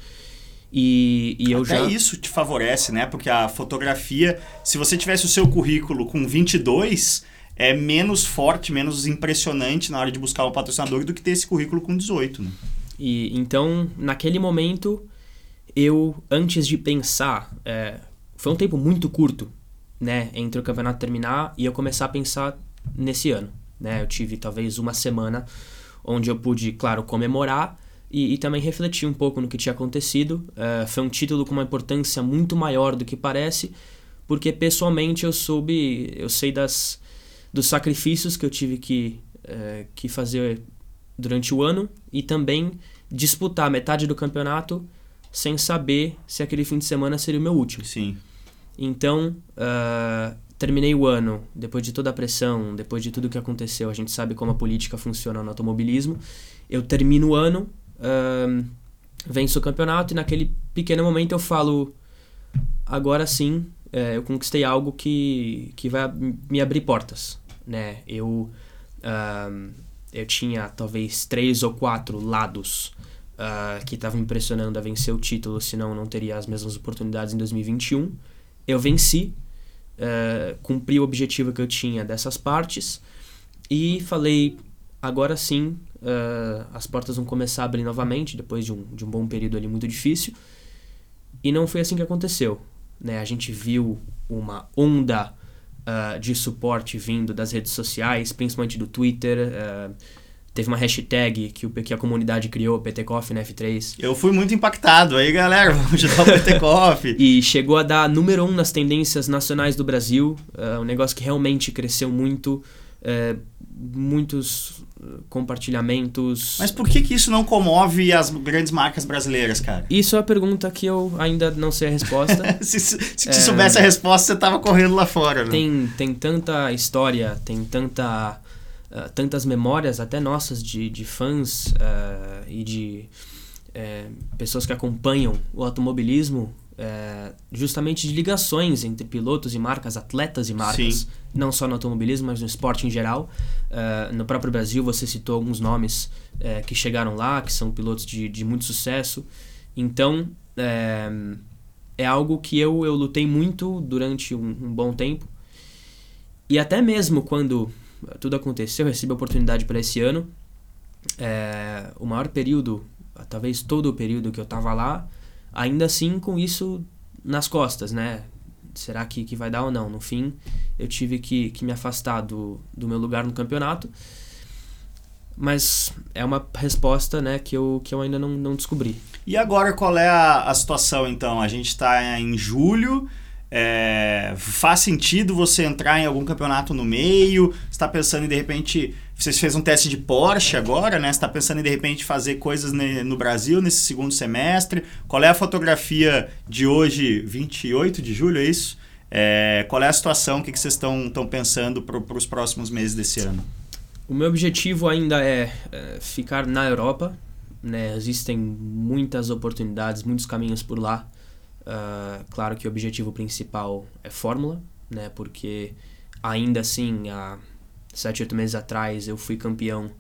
E eu Até isso te favorece, né? Porque a fotografia, se você tivesse o seu currículo com 22, é menos forte, menos impressionante na hora de buscar o patrocinador do que ter esse currículo com 18, né? E então, naquele momento, antes de pensar, foi um tempo muito curto, né? Entre o campeonato terminar e eu começar a pensar nesse ano, né? Eu tive talvez uma semana onde eu pude, claro, comemorar, e também refletir um pouco no que tinha acontecido. Foi um título com uma importância muito maior do que parece, porque pessoalmente eu sei dos sacrifícios que eu tive que fazer durante o ano e também disputar metade do campeonato sem saber se aquele fim de semana seria o meu último. Sim. Então, terminei o ano, depois de toda a pressão, depois de tudo que aconteceu, a gente sabe como a política funciona no automobilismo, eu termino o ano, venço o campeonato e naquele pequeno momento eu falo, agora sim, eu conquistei algo que vai me abrir portas, né? Eu tinha talvez 3 ou 4 lados que estavam me pressionando a vencer o título, senão eu não teria as mesmas oportunidades em 2021. Eu venci, cumpri o objetivo que eu tinha dessas partes e falei, agora sim, as portas vão começar a abrir novamente depois de um bom período ali muito difícil. E não foi assim que aconteceu, né? A gente viu uma onda de suporte vindo das redes sociais, principalmente do Twitter. Teve uma hashtag que a comunidade criou, PTCoff na F3. Eu fui muito impactado. Aí, galera, vamos ajudar o PTCoff. E chegou a dar número 1 nas tendências nacionais do Brasil. Um negócio que realmente cresceu muito. Muitos compartilhamentos. Mas por que isso não comove as grandes marcas brasileiras, cara? Isso é a pergunta que eu ainda não sei a resposta. se soubesse a resposta, você tava correndo lá fora, né? Tem tanta história, tem tantas memórias, até nossas, de fãs e de pessoas que acompanham o automobilismo, justamente de ligações entre pilotos e marcas, atletas e marcas. Sim. Não só no automobilismo, mas no esporte em geral. No próprio Brasil, você citou alguns nomes que chegaram lá, que são pilotos de muito sucesso. Então, é algo que eu lutei muito durante um bom tempo. E até mesmo quando tudo aconteceu, eu recebi a oportunidade para esse ano. O maior período, talvez todo o período que eu estava lá, ainda assim com isso nas costas, né? Será que vai dar ou não? No fim, eu tive que me afastar do meu lugar no campeonato. Mas é uma resposta, né, que eu ainda não descobri. E agora qual é a situação, então? A gente está em julho. Faz sentido você entrar em algum campeonato no meio? Você está pensando em, de repente... Você fez um teste de Porsche agora, né? Você está pensando em, de repente, fazer coisas no Brasil nesse segundo semestre? Qual é a fotografia de hoje, 28 de julho, é isso? Qual é a situação? O que vocês estão pensando para os próximos meses desse ano? O meu objetivo ainda é ficar na Europa, né? Existem muitas oportunidades, muitos caminhos por lá. Claro que o objetivo principal é Fórmula, né? Porque ainda assim, há 7, 8 meses atrás, eu fui campeão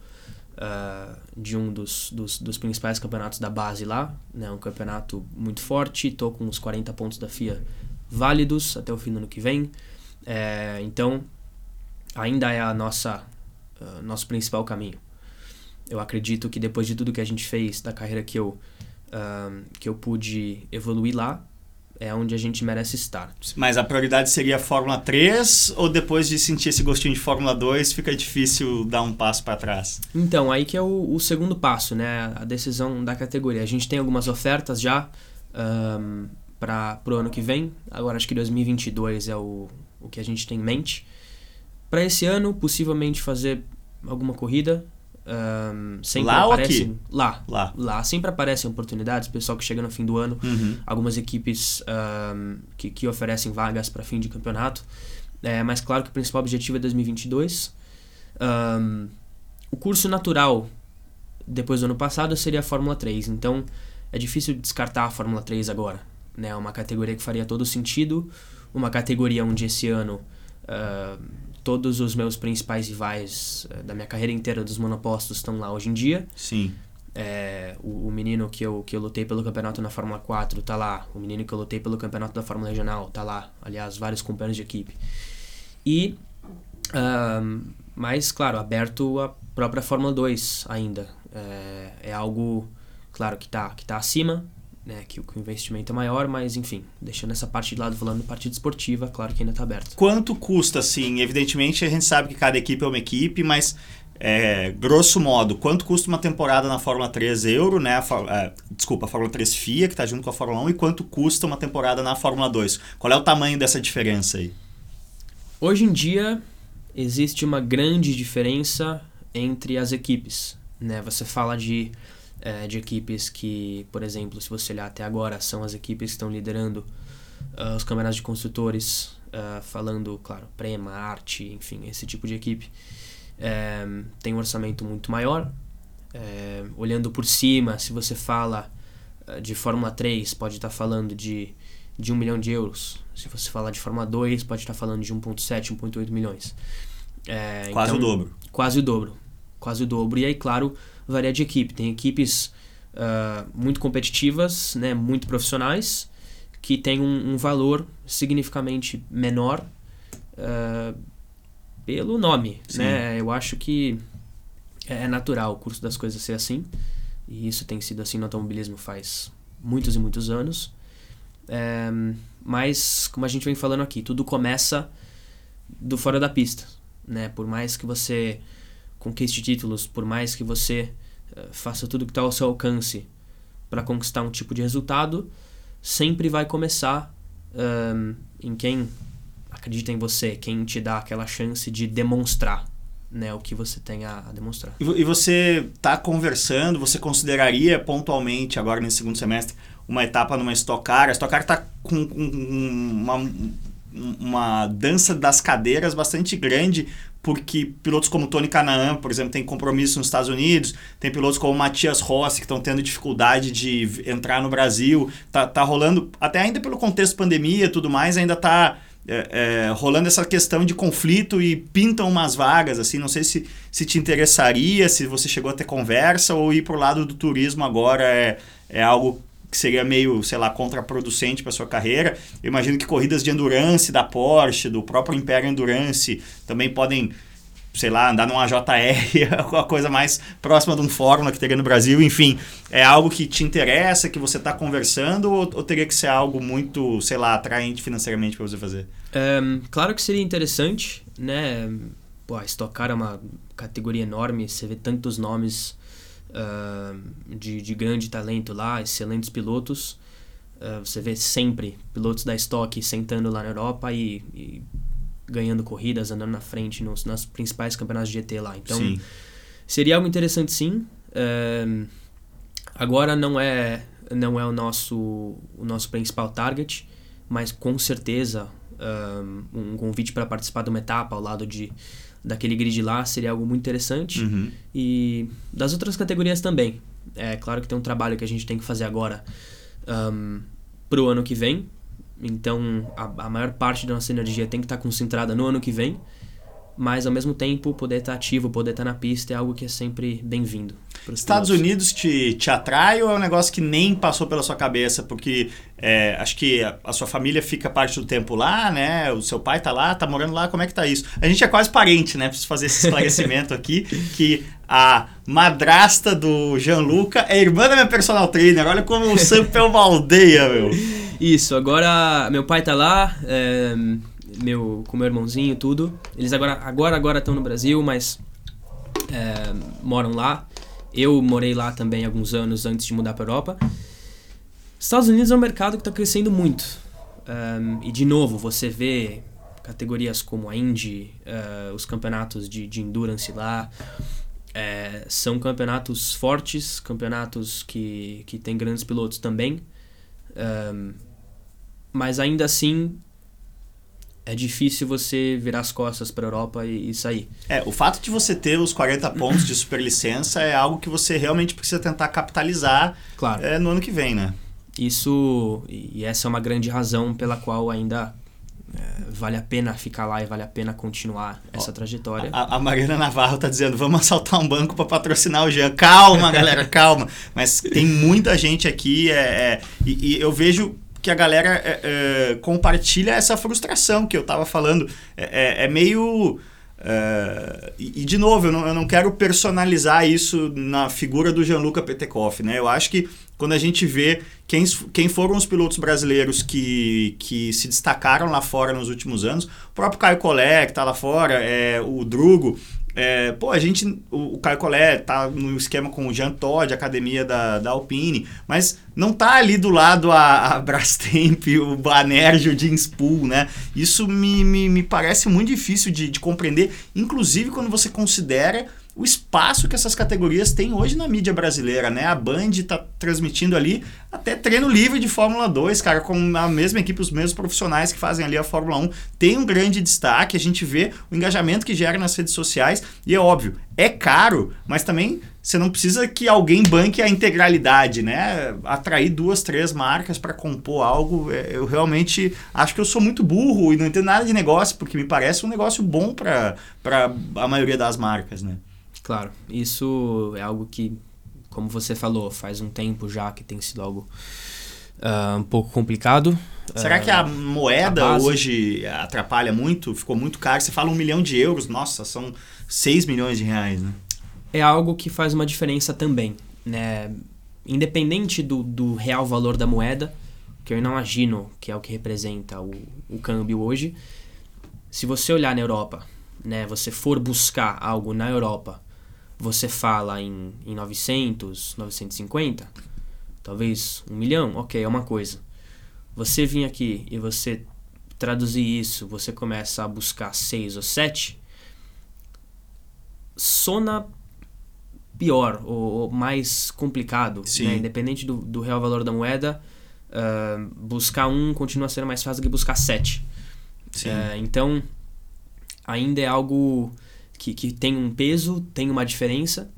de um dos principais campeonatos da base lá, né? Um campeonato muito forte, estou com os 40 pontos da FIA válidos até o fim do ano que vem. Então, ainda é nosso principal caminho. Eu acredito que depois de tudo que a gente fez, da carreira que eu pude evoluir lá, é onde a gente merece estar. Mas a prioridade seria a Fórmula 3 ou depois de sentir esse gostinho de Fórmula 2 fica difícil dar um passo para trás? Então, aí que é o segundo passo, né? A decisão da categoria. A gente tem algumas ofertas já para o ano que vem. Agora acho que 2022 é o que a gente tem em mente. Para esse ano, possivelmente fazer alguma corrida. Sempre lá aparecem, ou aqui? Lá sempre aparecem oportunidades, pessoal que chega no fim do ano, algumas equipes que oferecem vagas para fim de campeonato, mas claro que o principal objetivo é 2022. O curso natural depois do ano passado seria a Fórmula 3, então é difícil descartar a Fórmula 3 agora, né? Uma categoria que faria todo sentido, uma categoria onde esse ano todos os meus principais rivais da minha carreira inteira dos monopostos estão lá hoje em dia. Sim. O menino que eu lutei pelo campeonato na Fórmula 4 tá lá. O menino que eu lutei pelo campeonato da Fórmula Regional tá lá. Aliás, vários companheiros de equipe. E, mas, claro, aberto a própria Fórmula 2 ainda. É algo, claro, que tá acima, né, que o investimento é maior, mas enfim, deixando essa parte de lado, falando parte esportiva, claro que ainda está aberto. Quanto custa, assim? Evidentemente a gente sabe que cada equipe é uma equipe, mas grosso modo, quanto custa uma temporada na Fórmula 3 Euro, né? A Fórmula 3 FIA, que está junto com a Fórmula 1, e quanto custa uma temporada na Fórmula 2? Qual é o tamanho dessa diferença aí? Hoje em dia existe uma grande diferença entre as equipes, né? Você fala de equipes que, por exemplo, se você olhar até agora, são as equipes que estão liderando os campeonatos de construtores, falando, claro, Prema, Arte, enfim, esse tipo de equipe. Tem um orçamento muito maior. Olhando por cima, se você fala de Fórmula 3, pode estar falando de 1 milhão de euros. Se você falar de Fórmula 2, pode estar falando de 1,7, 1,8 milhões. Quase o dobro. Quase o dobro. E aí, claro, varia de equipe. Tem equipes muito competitivas, né, muito profissionais, que têm um valor significativamente menor pelo nome, né? Eu acho que é natural o curso das coisas ser assim, e isso tem sido assim no automobilismo faz muitos e muitos anos. Mas, como a gente vem falando aqui, tudo começa do fora da pista, né? Por mais que você conquiste títulos, por mais que você faça tudo que está ao seu alcance para conquistar um tipo de resultado, sempre vai começar em quem acredita em você, quem te dá aquela chance de demonstrar, né, o que você tem a demonstrar. E você está conversando, você consideraria pontualmente, agora nesse segundo semestre, uma etapa numa Stock Car? A Stock Car está com uma dança das cadeiras bastante grande, porque pilotos como Tony Kanaan, por exemplo, tem compromisso nos Estados Unidos, tem pilotos como Matias Rossi que estão tendo dificuldade de entrar no Brasil, tá rolando, até ainda pelo contexto pandemia e tudo mais, ainda tá rolando essa questão de conflito e pintam umas vagas, assim, não sei se te interessaria, se você chegou a ter conversa, ou ir pro lado do turismo agora é algo que seria meio, sei lá, contraproducente para sua carreira. Eu imagino que corridas de endurance da Porsche, do próprio Império Endurance, também podem, sei lá, andar numa JR, a coisa mais próxima de um Fórmula que teria no Brasil. Enfim, é algo que te interessa, que você está conversando, ou teria que ser algo muito, sei lá, atraente financeiramente para você fazer? Claro que seria interessante, né? Pô, a Stock Car é uma categoria enorme, você vê tantos nomes de grande talento lá, excelentes pilotos. Você vê sempre pilotos da Stock sentando lá na Europa e ganhando corridas, andando na frente nos principais campeonatos de GT lá. Então, sim, seria algo interessante, sim. Agora não é o nosso principal target, mas com certeza um convite para participar de uma etapa ao lado daquele grid lá seria algo muito interessante. Uhum. E das outras categorias também. É claro que tem um trabalho que a gente tem que fazer agora pro ano que vem. Então a maior parte da nossa energia tem que estar concentrada no ano que vem, mas ao mesmo tempo poder estar ativo, poder estar na pista é algo que é sempre bem-vindo. Estados Unidos te atrai ou é um negócio que nem passou pela sua cabeça? Porque acho que a sua família fica parte do tempo lá, né? O seu pai tá lá, tá morando lá, como é que tá isso? A gente é quase parente, né? Preciso fazer esse esclarecimento aqui, que a madrasta do Gianluca é irmã da minha personal trainer. Olha como o Sampa é uma aldeia, meu. Isso, agora meu pai tá lá, com meu irmãozinho, tudo. Eles agora estão no Brasil, mas moram lá. Eu morei lá também alguns anos antes de mudar para Europa. Estados Unidos é um mercado que está crescendo muito. E de novo, você vê categorias como a Indy, os campeonatos de endurance lá. São campeonatos fortes, campeonatos que tem grandes pilotos também. Mas ainda assim é difícil você virar as costas para a Europa e sair. O fato de você ter os 40 pontos de superlicença é algo que você realmente precisa tentar capitalizar, claro, no ano que vem, né? Isso, e essa é uma grande razão pela qual ainda vale a pena ficar lá e vale a pena continuar essa trajetória. A Mariana Navarro tá dizendo, vamos assaltar um banco para patrocinar o Jean. Calma, galera, calma. Mas tem muita gente aqui e eu vejo que a galera compartilha essa frustração que eu tava falando. É meio... e de novo, eu não quero personalizar isso na figura do Gianluca Petekoff, né? Eu acho que quando a gente vê quem foram os pilotos brasileiros que se destacaram lá fora nos últimos anos, o próprio Caio Collet, que tá lá fora, o Drugo, o Caio Collet tá no esquema com o Jean Todt, academia da Alpine, mas não tá ali do lado a Brastemp, o Banerjee, o Jim Spool, né? Isso me parece muito difícil de compreender, inclusive quando você considera o espaço que essas categorias têm hoje na mídia brasileira, né? A Band tá transmitindo ali até treino livre de Fórmula 2, cara, com a mesma equipe, os mesmos profissionais que fazem ali a Fórmula 1. Tem um grande destaque, a gente vê o engajamento que gera nas redes sociais e é óbvio, é caro, mas também você não precisa que alguém banque a integralidade, né? Atrair 2, 3 marcas para compor algo, eu realmente acho que eu sou muito burro e não entendo nada de negócio, porque me parece um negócio bom para a maioria das marcas, né? Claro, isso é algo que, como você falou, faz um tempo já que tem sido algo um pouco complicado. Será que a moeda hoje atrapalha muito? Ficou muito caro? Você fala 1 milhão de euros, nossa, são 6 milhões de reais, né? É algo que faz uma diferença também, né? Independente do real valor da moeda, que eu não imagino que é o que representa o câmbio hoje, se você olhar na Europa, né, você for buscar algo na Europa, você fala em 900, 950, talvez 1 milhão, ok, é uma coisa. Você vir aqui e você traduzir isso, você começa a buscar 6 ou 7, sona pior ou mais complicado, né? Independente do real valor da moeda, buscar continua sendo mais fácil do que buscar 7. Então, ainda é algo que tem um peso, tem uma diferença,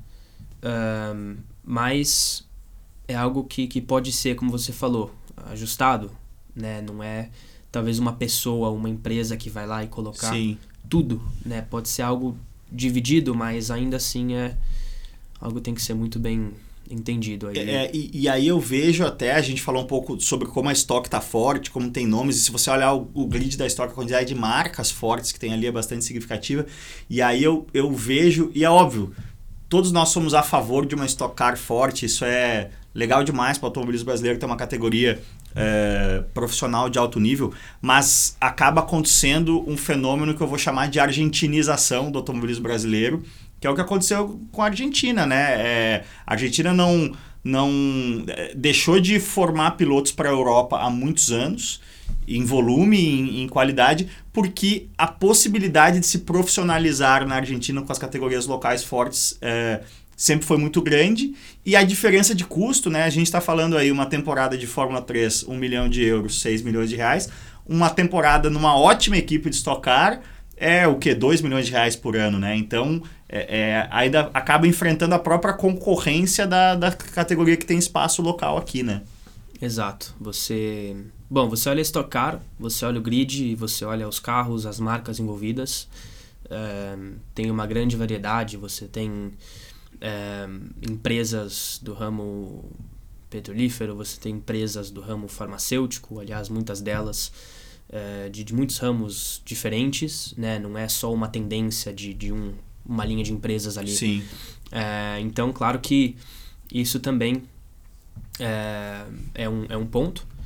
mas é algo que pode ser, como você falou, ajustado, né? Não é talvez uma pessoa, uma empresa que vai lá e colocar tudo, né? Pode ser algo dividido, mas ainda assim algo tem que ser muito bem entendido aí. E aí eu vejo até, a gente falou um pouco sobre como a Stock tá forte, como tem nomes, e se você olhar o grid da Stock, a quantidade de marcas fortes que tem ali é bastante significativa, e aí eu vejo, e é óbvio, todos nós somos a favor de uma Stock Car forte, isso é legal demais para o automobilismo brasileiro ter uma categoria profissional de alto nível, mas acaba acontecendo um fenômeno que eu vou chamar de argentinização do automobilismo brasileiro, que é o que aconteceu com a Argentina, né? A Argentina não deixou de formar pilotos para a Europa há muitos anos, em volume, em qualidade, porque a possibilidade de se profissionalizar na Argentina com as categorias locais fortes sempre foi muito grande, e a diferença de custo, né? A gente está falando aí uma temporada de Fórmula 3, 1 milhão de euros, 6 milhões de reais, uma temporada numa ótima equipe de Stock Car, 2 milhões de reais por ano, né? Então, ainda acaba enfrentando a própria concorrência da categoria que tem espaço local aqui, né? Exato. Você olha a Stock Car, você olha o grid, você olha os carros, as marcas envolvidas, tem uma grande variedade, você tem empresas do ramo petrolífero, você tem empresas do ramo farmacêutico, aliás, muitas delas de muitos ramos diferentes, né? Não é só uma tendência de uma linha de empresas ali. Sim. Então, claro que isso também é um ponto,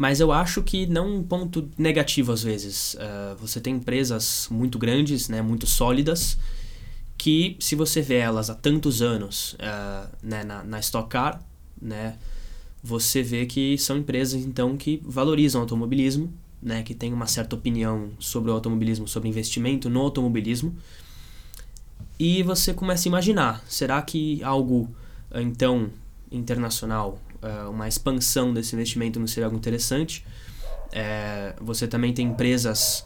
Mas eu acho que não um ponto negativo às vezes. Você tem empresas muito grandes, né, muito sólidas, que se você vê elas há tantos anos né, na Stock Car, né, você vê que são empresas então que valorizam o automobilismo, né, que tem uma certa opinião sobre o automobilismo, sobre investimento no automobilismo. E você começa a imaginar, será que algo então internacional, uma expansão desse investimento não seria algo interessante? Você também tem empresas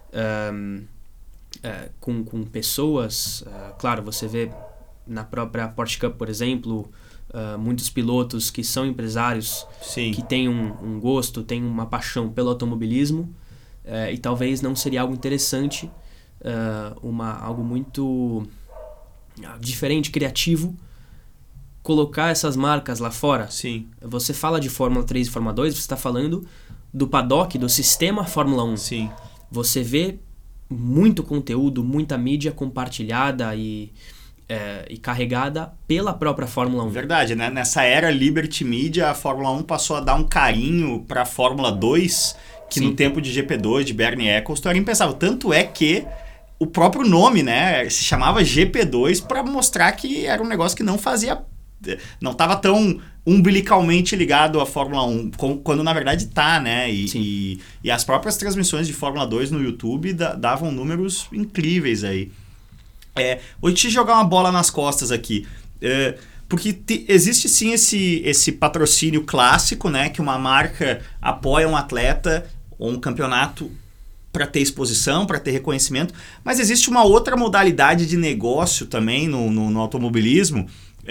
com pessoas, claro, você vê na própria Porsche Cup, por exemplo, muitos pilotos que são empresários, Sim. que têm um gosto, têm uma paixão pelo automobilismo, e talvez não seria algo interessante, algo muito diferente, criativo, colocar essas marcas lá fora. Sim. Você fala de Fórmula 3 e Fórmula 2, você está falando do paddock, do sistema Fórmula 1. Sim. Você vê muito conteúdo, muita mídia compartilhada e carregada pela própria Fórmula 1. Verdade, né? Nessa era Liberty Media, a Fórmula 1 passou a dar um carinho para a Fórmula 2, que Sim. no tempo de GP2, de Bernie Eccleston, era impensável. Tanto é que o próprio nome, né, se chamava GP2 para mostrar que era um negócio que não estava tão umbilicalmente ligado à Fórmula 1, quando na verdade tá, né? E as próprias transmissões de Fórmula 2 no YouTube davam números incríveis aí. Vou te jogar uma bola nas costas aqui. Porque existe sim esse patrocínio clássico, né? Que uma marca apoia um atleta ou um campeonato para ter exposição, para ter reconhecimento, mas existe uma outra modalidade de negócio também no automobilismo,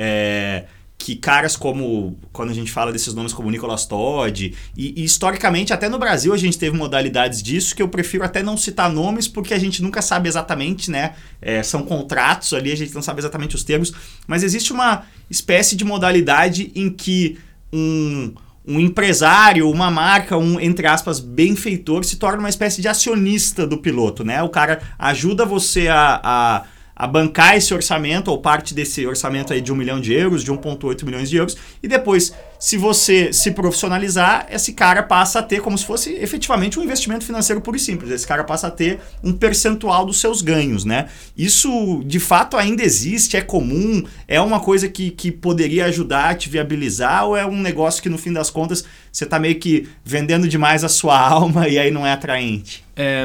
que caras como, quando a gente fala desses nomes como Nicolas Todd, e historicamente até no Brasil a gente teve modalidades disso, que eu prefiro até não citar nomes, porque a gente nunca sabe exatamente, né? São contratos ali, a gente não sabe exatamente os termos, mas existe uma espécie de modalidade em que um empresário, uma marca, entre aspas, benfeitor, se torna uma espécie de acionista do piloto, né? O cara ajuda você a bancar esse orçamento, ou parte desse orçamento aí de 1 milhão de euros, de 1,8 milhões de euros, e depois, se você se profissionalizar, esse cara passa a ter como se fosse efetivamente um investimento financeiro puro e simples. Esse cara passa a ter um percentual dos seus ganhos, né? Isso, de fato, ainda existe, é comum, é uma coisa que poderia ajudar a te viabilizar, ou é um negócio que, no fim das contas, você está meio que vendendo demais a sua alma e aí não é atraente?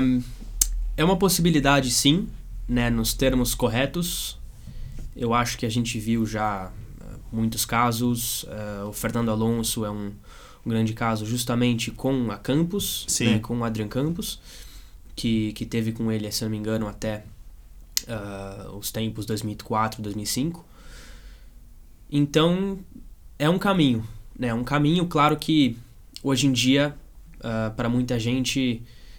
É uma possibilidade, sim, né, nos termos corretos. Eu acho que a gente viu já muitos casos. O Fernando Alonso é um grande caso justamente com a Campos, né, com o Adrian Campos, que teve com ele, se não me engano, até os tempos 2004, 2005. Então, é um caminho, né? Um caminho, claro que hoje em dia, para muita gente,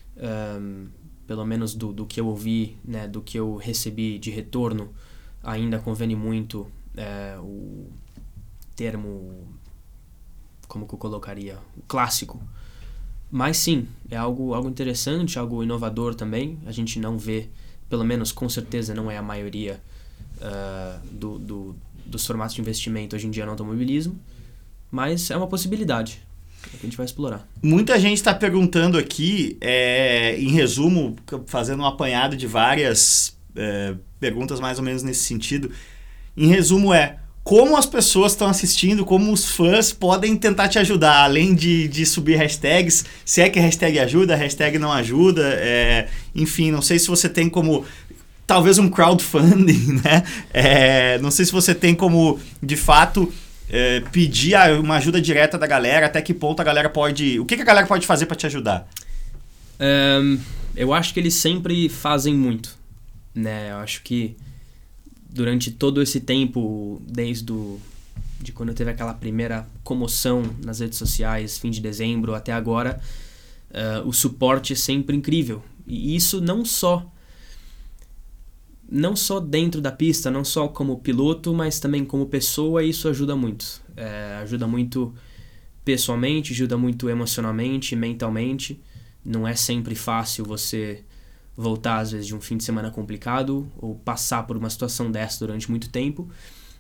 pelo menos do que eu ouvi, né, do que eu recebi de retorno, ainda convém muito o termo, como que eu colocaria? O clássico. Mas sim, é algo interessante, algo inovador também. A gente não vê, pelo menos com certeza não é a maioria dos formatos de investimento hoje em dia no automobilismo, mas é uma possibilidade que a gente vai explorar. Muita gente está perguntando aqui, em resumo, fazendo um apanhado de várias perguntas mais ou menos nesse sentido. Em resumo como as pessoas estão assistindo, como os fãs podem tentar te ajudar, além de subir hashtags, se é que a hashtag ajuda, a hashtag não ajuda, enfim, não sei se você tem como, talvez um crowdfunding, né? Não sei se você tem como, de fato, pedir uma ajuda direta da galera, até que ponto a galera pode... O que a galera pode fazer para te ajudar? Eu acho que eles sempre fazem muito, né? Eu acho que durante todo esse tempo, de quando teve aquela primeira comoção nas redes sociais, fim de dezembro até agora, o suporte é sempre incrível. E isso não só dentro da pista, não só como piloto, mas também como pessoa, isso ajuda muito. Ajuda muito pessoalmente, ajuda muito emocionalmente, mentalmente. Não é sempre fácil você voltar, às vezes, de um fim de semana complicado, ou passar por uma situação dessa durante muito tempo,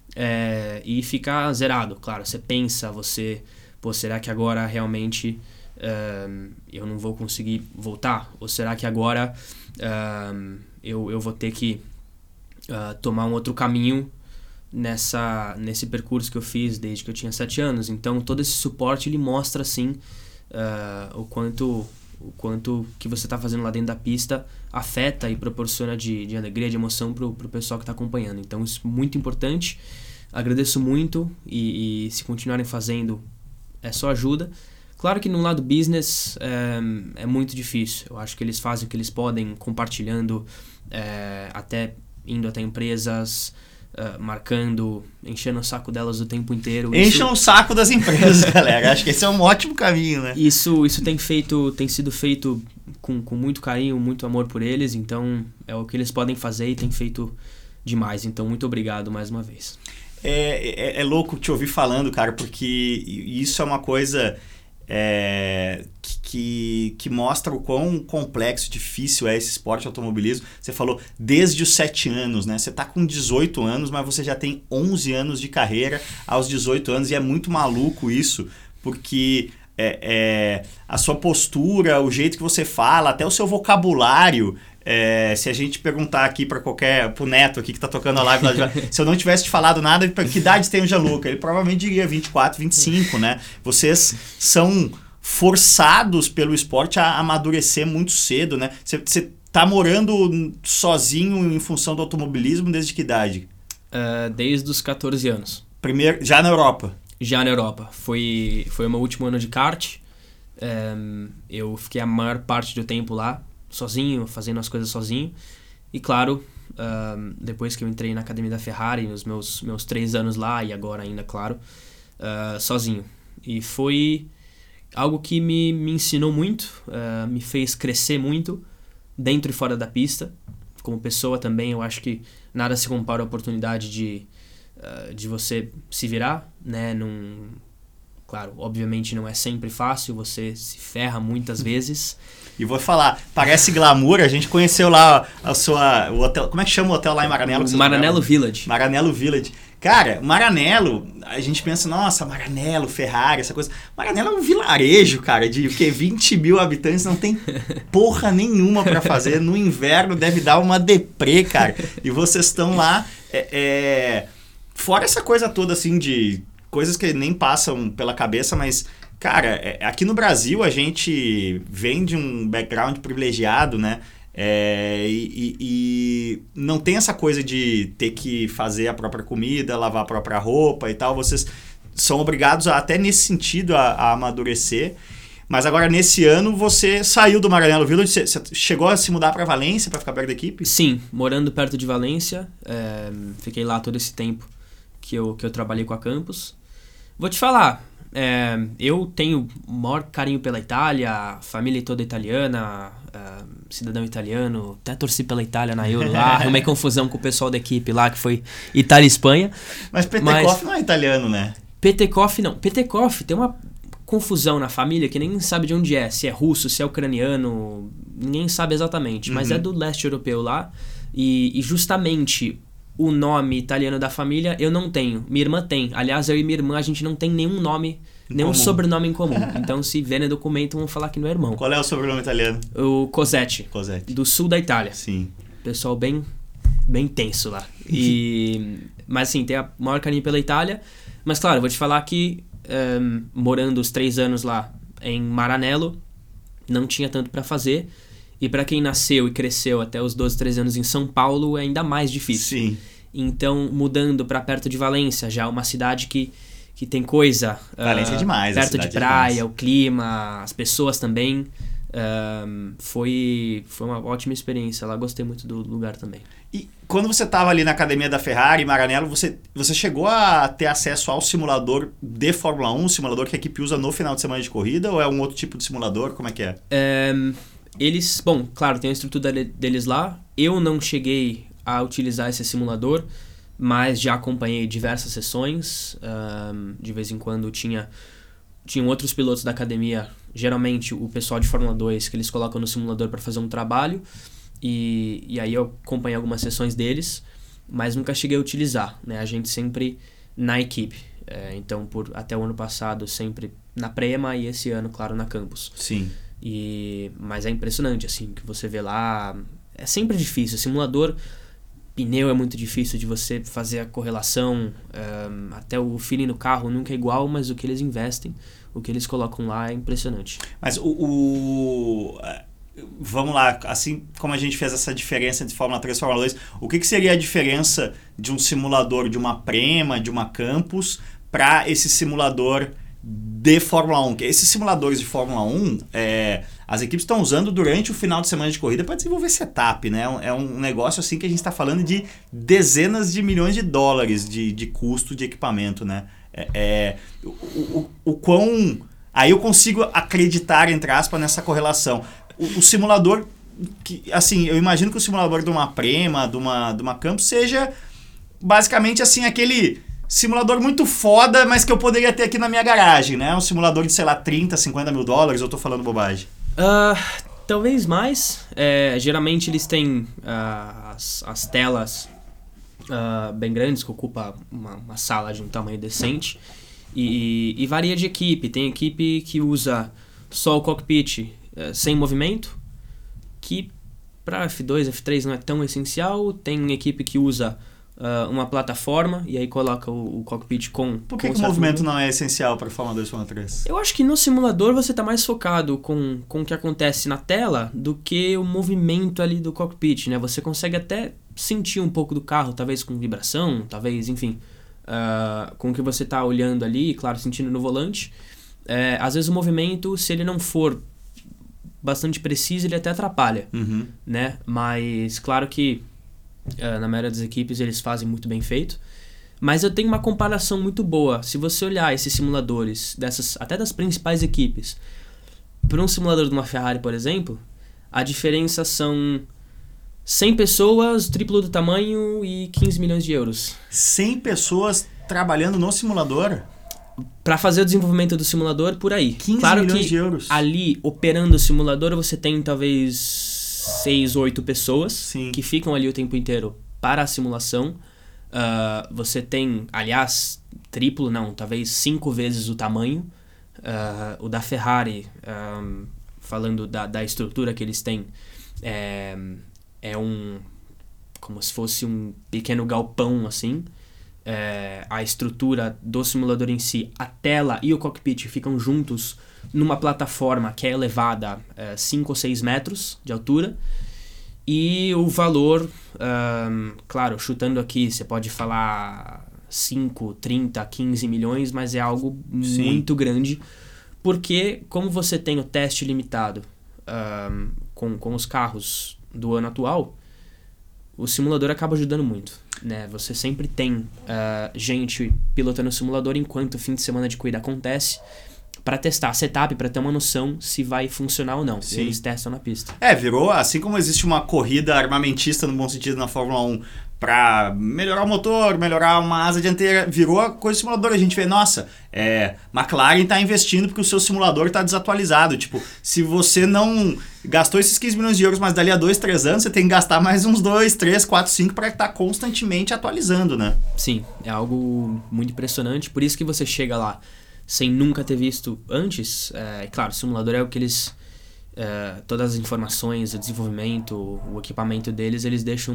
e ficar zerado. Claro, você pensa, será que agora realmente eu não vou conseguir voltar? Ou será que agora eu vou ter que tomar um outro caminho nesse percurso que eu fiz desde que eu tinha 7 anos? Então todo esse suporte ele mostra assim o quanto que você está fazendo lá dentro da pista afeta e proporciona de alegria, de emoção pro pessoal que está acompanhando. Então isso é muito importante, agradeço muito e se continuarem fazendo é só ajuda. Claro que no lado business é muito difícil, eu acho que eles fazem o que eles podem, compartilhando, até indo até empresas, marcando, enchendo o saco delas o tempo inteiro. Encham o saco das empresas, galera. Acho que esse é um ótimo caminho, né? Isso tem sido feito com muito carinho, muito amor por eles. Então, é o que eles podem fazer e tem feito demais. Então, muito obrigado mais uma vez. É louco te ouvir falando, cara, porque isso é uma coisa que mostra o quão complexo, difícil é esse esporte de automobilismo. Você falou desde os 7 anos, né? Você tá com 18 anos, mas você já tem 11 anos de carreira aos 18 anos, e é muito maluco isso, porque a sua postura, o jeito que você fala, até o seu vocabulário. Se a gente perguntar aqui pro Neto aqui que tá tocando a live, se eu não tivesse te falado nada, que idade tem o Gianluca? Ele provavelmente diria 24, 25, né? Vocês são forçados pelo esporte a amadurecer muito cedo, né? Você tá morando sozinho em função do automobilismo desde que idade? Desde os 14 anos. Primeiro, já na Europa? Já na Europa. Foi o meu último ano de kart. Eu fiquei a maior parte do tempo lá, sozinho, fazendo as coisas sozinho. E claro, depois que eu entrei na academia da Ferrari, nos meus 3 anos lá, e agora ainda, claro, sozinho. E foi algo que me ensinou muito, me fez crescer muito, dentro e fora da pista. Como pessoa também, eu acho que nada se compara à oportunidade de você se virar, né? Claro, obviamente não é sempre fácil, você se ferra muitas vezes. E vou falar, parece glamour, a gente conheceu lá o hotel, como é que chama o hotel lá em Maranello? Maranello Village. Maranello Village. Cara, Maranello, a gente pensa, nossa, Maranello, Ferrari, essa coisa. Maranello é um vilarejo, cara, de 20 mil habitantes, não tem porra nenhuma pra fazer. No inverno deve dar uma deprê, cara. E vocês estão lá, fora essa coisa toda, assim, de coisas que nem passam pela cabeça, mas... Cara, aqui no Brasil a gente vem de um background privilegiado, né? E não tem essa coisa de ter que fazer a própria comida, lavar a própria roupa e tal. Vocês são obrigados, até nesse sentido, a amadurecer. Mas agora, nesse ano, você saiu do Maranello Village, você chegou a se mudar para Valência para ficar perto da equipe? Sim, morando perto de Valência. Fiquei lá todo esse tempo que eu trabalhei com a Campus. Vou te falar... eu tenho o maior carinho pela Itália, família toda italiana, cidadão italiano, até torci pela Itália na Euro lá, arrumei confusão com o pessoal da equipe lá, que foi Itália e Espanha. Mas Petekoff não é italiano, né? Petekoff não. Petekoff tem uma confusão na família que ninguém sabe de onde é, se é russo, se é ucraniano, ninguém sabe exatamente, mas é do leste europeu lá, e justamente... O nome italiano da família eu não tenho. Minha irmã tem. Aliás, eu e minha irmã, a gente não tem nenhum nome, nenhum sobrenome em comum. Então, se ver no documento, vão falar que não é irmão. Qual é o sobrenome italiano? O Cosetti. Do sul da Itália. Sim. Pessoal bem tenso lá. Mas, assim, tem a maior carinho pela Itália. Mas, claro, vou te falar que, morando os 3 anos lá em Maranello, não tinha tanto para fazer. E para quem nasceu e cresceu até os 12, 13 anos em São Paulo, é ainda mais difícil. Sim. Então, mudando para perto de Valência, já é uma cidade que tem coisa... Valência é demais. Perto de praia, o clima, as pessoas também. Foi uma ótima experiência lá, gostei muito do lugar também. E quando você estava ali na academia da Ferrari, em Maranello, você chegou a ter acesso ao simulador de Fórmula 1, simulador que a equipe usa no final de semana de corrida, ou é um outro tipo de simulador? Como é que é? Eles, bom, claro, tem a estrutura deles lá. Eu não cheguei a utilizar esse simulador, mas já acompanhei diversas sessões. De vez em quando tinham outros pilotos da academia, geralmente o pessoal de Fórmula 2, que eles colocam no simulador para fazer um trabalho. E aí eu acompanhei algumas sessões deles, mas nunca cheguei a utilizar, né? A gente sempre na equipe. Então, até o ano passado, sempre na Prema e esse ano, claro, na Campus. Sim. Mas é impressionante, assim, que você vê lá. É sempre difícil. Simulador, pneu é muito difícil de você fazer a correlação. Até o feeling no carro nunca é igual, mas o que eles investem, o que eles colocam lá é impressionante. Mas vamos lá, assim como a gente fez essa diferença entre Fórmula 3 e Fórmula 2, o que seria a diferença de um simulador de uma Prema, de uma Campus, para esse simulador de Fórmula 1? Que esses simuladores de Fórmula 1, as equipes estão usando durante o final de semana de corrida para desenvolver setup, né? É um negócio assim que a gente está falando de dezenas de milhões de dólares de custo de equipamento, né? O quão... Aí eu consigo acreditar, entre aspas, nessa correlação. O simulador, assim, eu imagino que o simulador de uma Prema, de uma Campus, seja basicamente assim, aquele simulador muito foda, mas que eu poderia ter aqui na minha garagem, né? Um simulador de, sei lá, 30, 50 mil dólares, eu tô falando bobagem. Talvez mais. Geralmente eles têm as telas bem grandes, que ocupa uma sala de um tamanho decente. E varia de equipe. Tem equipe que usa só o cockpit sem movimento, que para F2, F3 não é tão essencial. Tem equipe que usa uma plataforma e aí coloca o cockpit com... Por que o movimento não é essencial para Fórmula 2 e Fórmula 3? Eu acho que no simulador você está mais focado com o que acontece na tela do que o movimento ali do cockpit, né? Você consegue até sentir um pouco do carro, talvez com vibração, talvez, enfim, com o que você está olhando ali, claro, sentindo no volante. Às vezes o movimento, se ele não for bastante preciso, ele até atrapalha, né? Mas claro que na maioria das equipes eles fazem muito bem feito. Mas eu tenho uma comparação muito boa. Se você olhar esses simuladores, até das principais equipes, para um simulador de uma Ferrari, por exemplo, a diferença são 100 pessoas, triplo do tamanho e 15 milhões de euros. 100 pessoas trabalhando no simulador? Para fazer o desenvolvimento do simulador, por aí. 15 claro milhões que de euros. Ali, operando o simulador, você tem talvez 6, 8 pessoas. Sim. Que ficam ali o tempo inteiro para a simulação. Você tem, aliás, triplo, não, talvez 5 vezes o tamanho. O da Ferrari, falando da estrutura que eles têm, como se fosse um pequeno galpão, assim. A estrutura do simulador em si, a tela e o cockpit ficam juntos numa plataforma que é elevada 5 ou 6 metros de altura. E o valor, claro, chutando aqui, você pode falar 5, 30, 15 milhões, mas é algo muito grande. Porque como você tem o teste limitado com os carros do ano atual, o simulador acaba ajudando muito, né? Você sempre tem gente pilotando o simulador enquanto o fim de semana de corrida acontece, para testar a setup, para ter uma noção se vai funcionar ou não. Sim. Eles testam na pista. Virou, assim como existe uma corrida armamentista no bom sentido na Fórmula 1 para melhorar o motor, melhorar uma asa dianteira, virou a coisa do simulador. A gente vê, nossa, McLaren está investindo porque o seu simulador está desatualizado. Tipo, se você não gastou esses 15 milhões de euros, mas dali a 2, 3 anos, você tem que gastar mais uns 2, 3, 4, 5 para estar constantemente atualizando, né? Sim, é algo muito impressionante. Por isso que você chega lá sem nunca ter visto antes. Claro, o simulador é o que eles... todas as informações, o desenvolvimento, o equipamento deles, eles deixam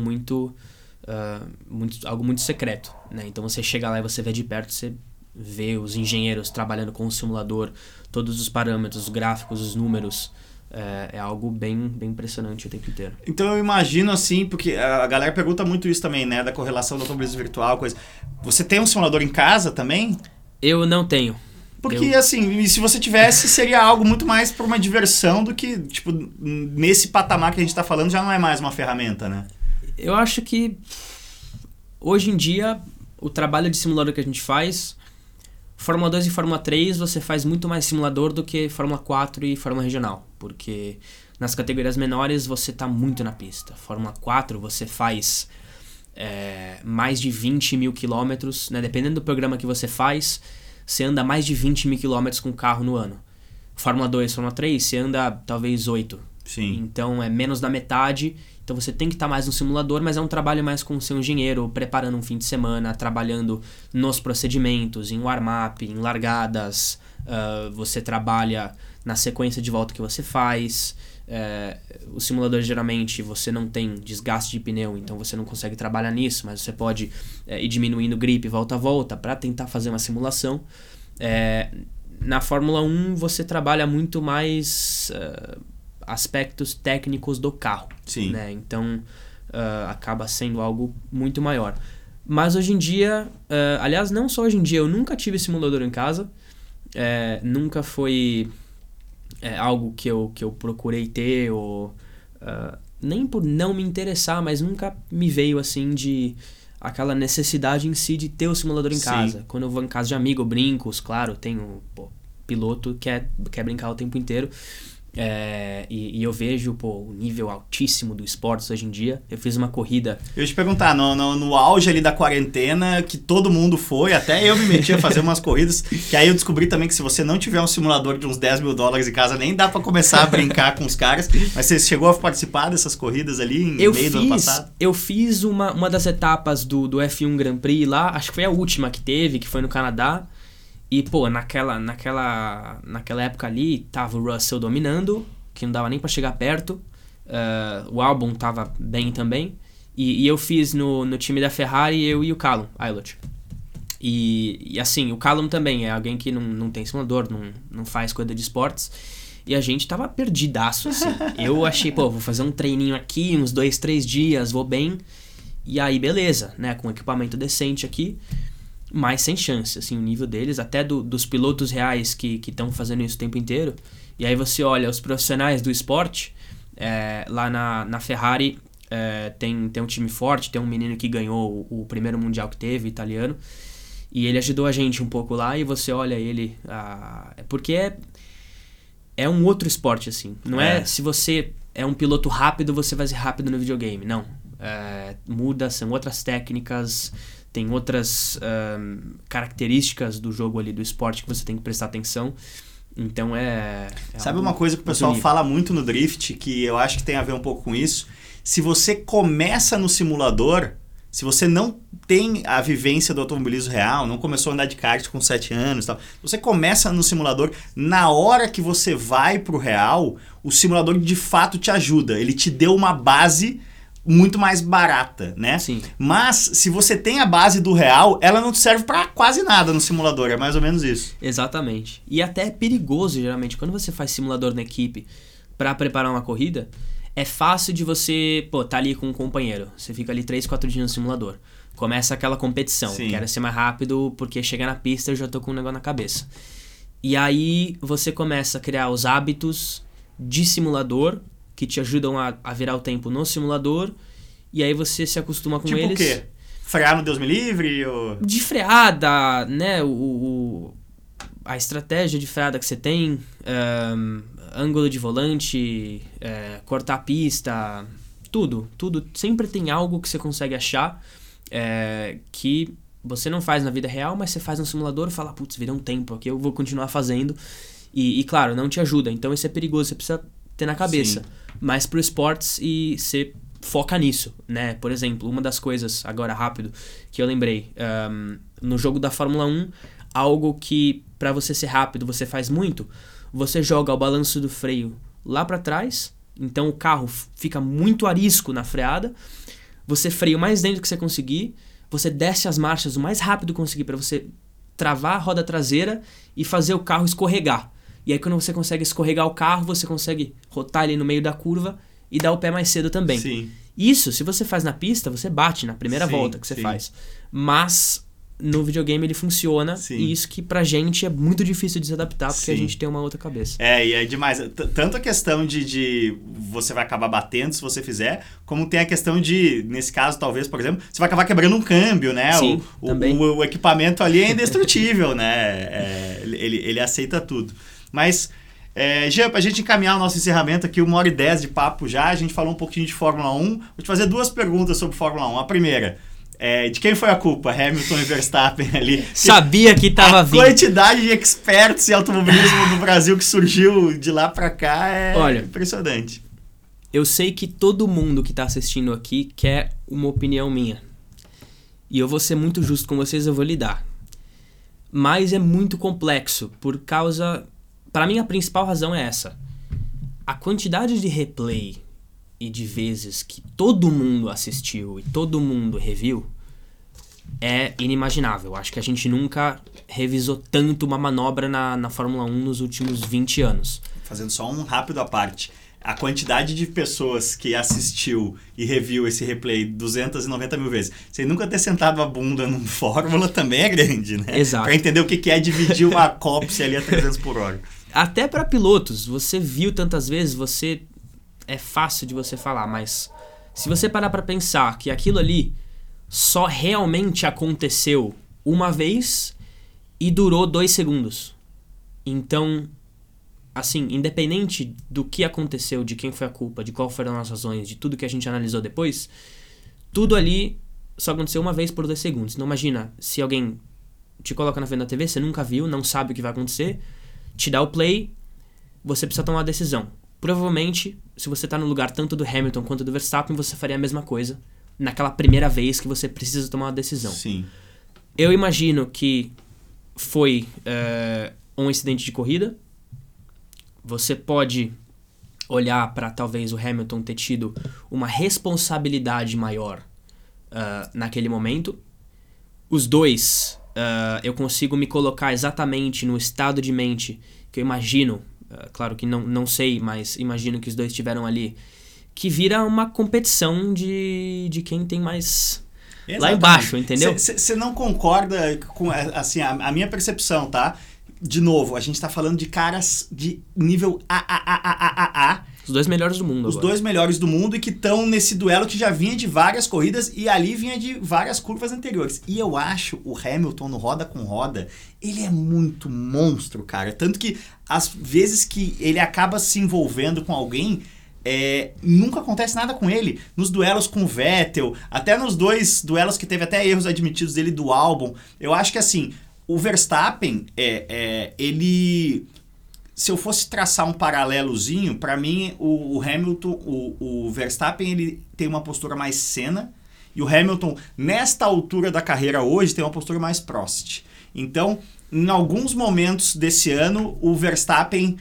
algo muito secreto, né? Então você chega lá e você vê de perto, você vê os engenheiros trabalhando com o simulador, todos os parâmetros, os gráficos, os números. É algo bem impressionante o tempo inteiro. Então eu imagino assim, porque a galera pergunta muito isso também, né? Da correlação do automobilismo virtual, coisa. Você tem um simulador em casa também? Eu não tenho. Porque, assim, se você tivesse, seria algo muito mais para uma diversão do que, tipo, nesse patamar que a gente está falando, já não é mais uma ferramenta, né? Eu acho que, hoje em dia, o trabalho de simulador que a gente faz, Fórmula 2 e Fórmula 3, você faz muito mais simulador do que Fórmula 4 e Fórmula Regional. Porque nas categorias menores, você está muito na pista. Fórmula 4, você faz mais de 20 mil quilômetros, né? Dependendo do programa que você faz, você anda mais de 20 mil quilômetros com o carro no ano. Fórmula 2, Fórmula 3, você anda talvez 8, Sim. Então é menos da metade. Então você tem que estar mais no simulador, mas é um trabalho mais com o seu engenheiro, preparando um fim de semana, trabalhando nos procedimentos, em warm-up, em largadas. Você trabalha na sequência de volta que você faz. O simulador, geralmente, você não tem desgaste de pneu, então você não consegue trabalhar nisso, mas você pode ir diminuindo o grip volta a volta para tentar fazer uma simulação. Na Fórmula 1, você trabalha muito mais aspectos técnicos do carro. Sim. Né? Então, acaba sendo algo muito maior. Mas hoje em dia, aliás, não só hoje em dia, eu nunca tive simulador em casa. Nunca foi algo que eu procurei ter, ou nem por não me interessar, mas nunca me veio assim de aquela necessidade em si de ter o simulador em casa. Quando eu vou em casa de amigo, eu brinco, claro, tenho piloto que quer brincar o tempo inteiro. E eu vejo o nível altíssimo do esportes hoje em dia. Eu fiz uma corrida. Eu ia te perguntar, no auge ali da quarentena, que todo mundo foi, até eu me meti a fazer umas corridas, que aí eu descobri também que se você não tiver um simulador de uns $10 mil em casa, nem dá pra começar a brincar com os caras. Mas você chegou a participar dessas corridas ali do ano passado? Eu fiz uma das etapas do F1 Grand Prix lá, acho que foi a última que teve, que foi no Canadá. E, naquela época ali, tava o Russell dominando, que não dava nem pra chegar perto. O Albon tava bem também. E eu fiz no time da Ferrari, eu e o Callum Ilott. E assim, o Callum também é alguém que não tem simulador, não faz coisa de esportes. E a gente tava perdidaço, assim. Eu achei, vou fazer um treininho aqui, uns 2-3 dias, vou bem. E aí, beleza, né? Com equipamento decente aqui. Mas sem chance, assim, o nível deles, até dos pilotos reais que estão fazendo isso o tempo inteiro. E aí você olha os profissionais do esporte, lá na Ferrari tem um time forte, tem um menino que ganhou o primeiro mundial que teve, italiano, e ele ajudou a gente um pouco lá, e você olha ele, porque é um outro esporte, assim, não é se você é um piloto rápido, você vai ser rápido no videogame, não. Muda, são outras técnicas, tem outras características do jogo ali, do esporte, que você tem que prestar atenção. Então Sabe uma coisa que o pessoal fala muito no drift, que eu acho que tem a ver um pouco com isso? Se você começa no simulador, se você não tem a vivência do automobilismo real, não começou a andar de kart com 7 anos e tal, você começa no simulador, na hora que você vai pro real, o simulador de fato te ajuda. Ele te deu uma base muito mais barata, né? Sim. Mas se você tem a base do real, ela não te serve pra quase nada no simulador, é mais ou menos isso. Exatamente. E até é perigoso, geralmente, quando você faz simulador na equipe pra preparar uma corrida, é fácil de você, tá ali com um companheiro, você fica ali 3-4 dias no simulador, começa aquela competição, quero ser mais rápido porque chegar na pista eu já tô com um negócio na cabeça. E aí você começa a criar os hábitos de simulador, que te ajudam a virar o tempo no simulador, e aí você se acostuma com eles. Tipo o quê? Frear no Deus me livre? Ou... De freada, né? A estratégia de freada que você tem, ângulo de volante, cortar a pista, tudo. Sempre tem algo que você consegue achar que você não faz na vida real, mas você faz no simulador e fala, putz, virou um tempo aqui, eu vou continuar fazendo. E claro, não te ajuda, então isso é perigoso, você precisa ter na cabeça. Sim. Mas pro esportes, e você foca nisso, né? Por exemplo, uma das coisas, agora rápido, que eu lembrei, no jogo da Fórmula 1, algo que pra você ser rápido você faz muito, você joga o balanço do freio lá pra trás, então o carro fica muito arisco na freada, você freia o mais dentro que você conseguir, você desce as marchas o mais rápido que conseguir pra você travar a roda traseira e fazer o carro escorregar. E aí quando você consegue escorregar o carro, você consegue rotar ele no meio da curva e dar o pé mais cedo também. Sim. Isso, se você faz na pista, você bate na primeira volta que você faz. Mas no videogame ele funciona, e isso que pra gente é muito difícil de se adaptar, porque a gente tem uma outra cabeça. E é demais. Tanto a questão de você vai acabar batendo se você fizer, como tem a questão de, nesse caso, talvez, por exemplo, você vai acabar quebrando um câmbio, né? Sim, o equipamento ali é indestrutível, né? Ele aceita tudo. Mas, Jean, pra gente encaminhar o nosso encerramento aqui, 1h10 de papo já, a gente falou um pouquinho de Fórmula 1. Vou te fazer 2 perguntas sobre Fórmula 1. A primeira, de quem foi a culpa? Hamilton e Verstappen ali? Sabia que tava vindo. A quantidade de experts em automobilismo no Brasil que surgiu de lá pra cá é impressionante. eu sei que todo mundo que tá assistindo aqui quer uma opinião minha. E eu vou ser muito justo com vocês, eu vou lhe dar. Mas é muito complexo, por causa... Para mim, a principal razão é essa. A quantidade de replay e de vezes que todo mundo assistiu e todo mundo reviu é inimaginável. Acho que a gente nunca revisou tanto uma manobra na Fórmula 1 nos últimos 20 anos. Fazendo só um rápido à parte. A quantidade de pessoas que assistiu e reviu esse replay 290 mil vezes, sem nunca ter sentado a bunda num Fórmula, também é grande, né? Exato. Pra entender o que é dividir uma cópia ali a 300 por hora. Até para pilotos, você viu tantas vezes, é fácil de você falar, mas se você parar para pensar que aquilo ali só realmente aconteceu uma vez e durou 2 segundos. Então, assim, independente do que aconteceu, de quem foi a culpa, de qual foram as razões, de tudo que a gente analisou depois, tudo ali só aconteceu uma vez por 2 segundos. Então imagina, se alguém te coloca na frente da TV, você nunca viu, não sabe o que vai acontecer, te dá o play, você precisa tomar uma decisão. Provavelmente, se você tá no lugar tanto do Hamilton quanto do Verstappen, você faria a mesma coisa naquela primeira vez que você precisa tomar uma decisão. Sim. Eu imagino que foi um incidente de corrida. Você pode olhar para talvez o Hamilton ter tido uma responsabilidade maior naquele momento. Os dois, eu consigo me colocar exatamente no estado de mente que eu imagino, claro que não sei, mas imagino que os dois tiveram ali, que vira uma competição de quem tem mais... Exatamente. Lá embaixo, entendeu? Você não concorda com assim, a minha percepção, tá? De novo, a gente tá falando de caras de nível AAA. Os 2 melhores do mundo. Os agora. 2 melhores do mundo e que estão nesse duelo que já vinha de várias corridas e ali vinha de várias curvas anteriores. E eu acho o Hamilton no roda com roda, ele é muito monstro, cara. Tanto que às vezes que ele acaba se envolvendo com alguém... nunca acontece nada com ele. Nos duelos com o Vettel, até nos 2 duelos que teve até erros admitidos dele do álbum, eu acho que assim, o Verstappen, ele... Se eu fosse traçar um paralelozinho, pra mim o Hamilton, o Verstappen, ele tem uma postura mais Senna, e o Hamilton, nesta altura da carreira hoje, tem uma postura mais Prost. Então, em alguns momentos desse ano, o Verstappen...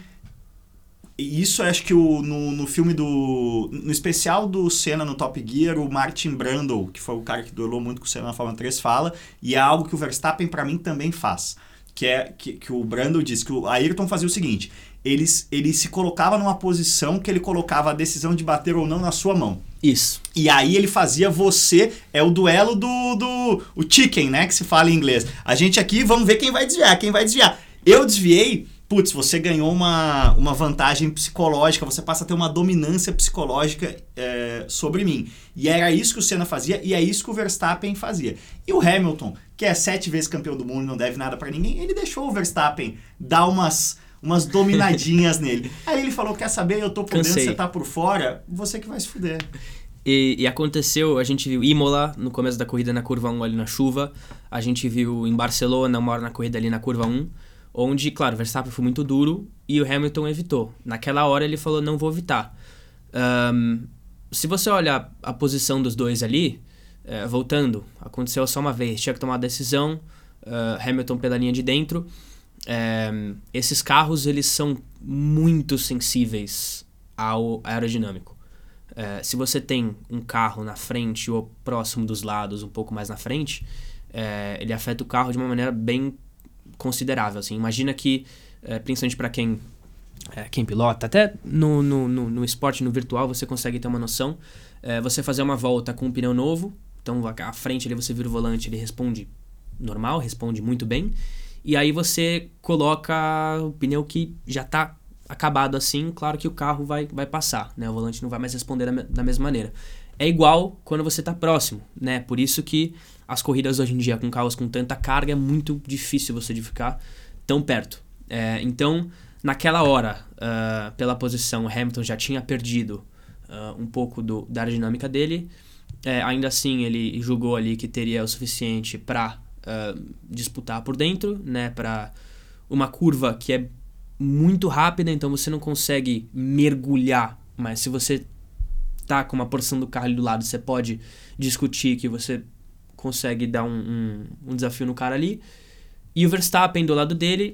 Isso acho que no filme no especial do Senna no Top Gear, o Martin Brundle, que foi o cara que duelou muito com o Senna na Fórmula 3, fala, e é algo que o Verstappen pra mim também faz, que o Brundle diz que o Ayrton fazia o seguinte, ele se colocava numa posição que ele colocava a decisão de bater ou não na sua mão. Isso. E aí ele fazia o duelo o chicken, né, que se fala em inglês. A gente aqui, vamos ver quem vai desviar. Eu desviei... Putz, você ganhou uma vantagem psicológica, você passa a ter uma dominância psicológica sobre mim. E era isso que o Senna fazia e é isso que o Verstappen fazia. E o Hamilton, que é 7 vezes campeão do mundo e não deve nada pra ninguém, ele deixou o Verstappen dar umas dominadinhas nele. Aí ele falou, quer saber, eu tô por dentro, você tá por fora, você que vai se fuder. E aconteceu, a gente viu Imola no começo da corrida na curva 1 ali na chuva, a gente viu em Barcelona uma hora na corrida ali na curva 1, onde, claro, o Verstappen foi muito duro e o Hamilton evitou. Naquela hora ele falou, não vou evitar. Se você olhar a posição dos dois ali, voltando, aconteceu só uma vez, tinha que tomar a decisão, Hamilton pela linha de dentro. Esses carros, eles são muito sensíveis ao aerodinâmico. Se você tem um carro na frente ou próximo dos lados, um pouco mais na frente, ele afeta o carro de uma maneira bem considerável, assim. Imagina que, principalmente para quem pilota, até no esporte, no virtual, você consegue ter uma noção. Você fazer uma volta com um pneu novo, então à frente ali você vira o volante, ele responde normal, responde muito bem, e aí você coloca o pneu que já está acabado assim, claro que o carro vai passar, né? O volante não vai mais responder da mesma maneira. É igual quando você está próximo, né? Por isso que as corridas hoje em dia com carros com tanta carga é muito difícil você de ficar tão perto. Então, naquela hora, pela posição, o Hamilton já tinha perdido um pouco da aerodinâmica dele. Ainda assim, ele julgou ali que teria o suficiente para disputar por dentro, né? Para uma curva que é muito rápida, então você não consegue mergulhar, mas se você tá com uma porção do carro ali do lado, você pode discutir que você consegue dar um desafio no cara ali. E o Verstappen do lado dele,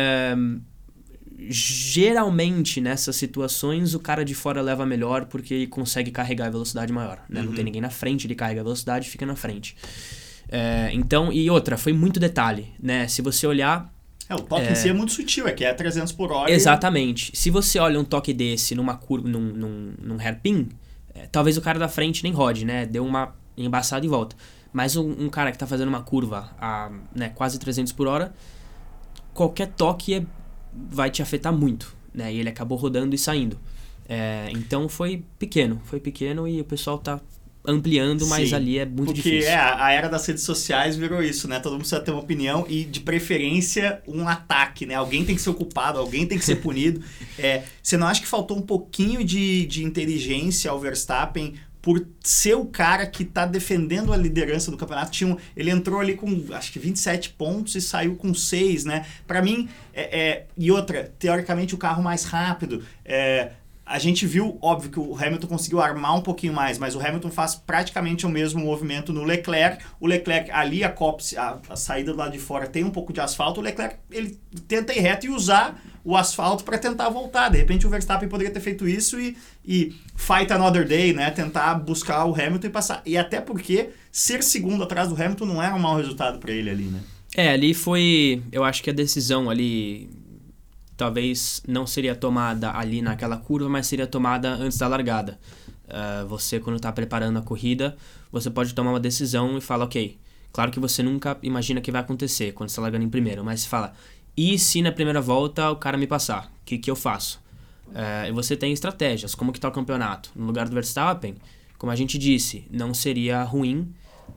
geralmente nessas situações o cara de fora leva melhor porque ele consegue carregar a velocidade maior, né? Não tem ninguém na frente, ele carrega a velocidade e fica na frente. Então, e outra, foi muito detalhe, né? Se você olhar... O toque em si é muito sutil, que é 300 por hora. Exatamente. Se você olha um toque desse numa curva, num hairpin, talvez o cara da frente nem rode, né? Deu uma embaçada e volta. Mas um cara que tá fazendo uma curva a quase 300 por hora, qualquer toque vai te afetar muito, né? E ele acabou rodando e saindo. Então foi pequeno e o pessoal tá ampliando, mas ali é muito difícil. Porque a era das redes sociais virou isso, né? Todo mundo precisa ter uma opinião e, de preferência, um ataque, né? Alguém tem que ser ocupado, alguém tem que ser punido. Você não acha que faltou um pouquinho de inteligência ao Verstappen por ser o cara que tá defendendo a liderança do campeonato? Ele entrou ali com, acho que 27 pontos e saiu com 6, né? Pra mim, e outra, teoricamente o carro mais rápido, a gente viu, óbvio, que o Hamilton conseguiu armar um pouquinho mais, mas o Hamilton faz praticamente o mesmo movimento no Leclerc. O Leclerc, ali a saída do lado de fora tem um pouco de asfalto, o Leclerc ele tenta ir reto e usar o asfalto para tentar voltar. De repente o Verstappen poderia ter feito isso e fight another day, né? Tentar buscar o Hamilton e passar. E até porque ser segundo atrás do Hamilton não era um mau resultado para ele ali, né? Ali foi, eu acho que a decisão ali... talvez não seria tomada ali naquela curva, mas seria tomada antes da largada. Você, quando está preparando a corrida, você pode tomar uma decisão e fala, ok, claro que você nunca imagina que vai acontecer quando você está largando em primeiro, mas você fala, e se na primeira volta o cara me passar? O que eu faço? E você tem estratégias, como que está o campeonato? No lugar do Verstappen, como a gente disse, não seria ruim.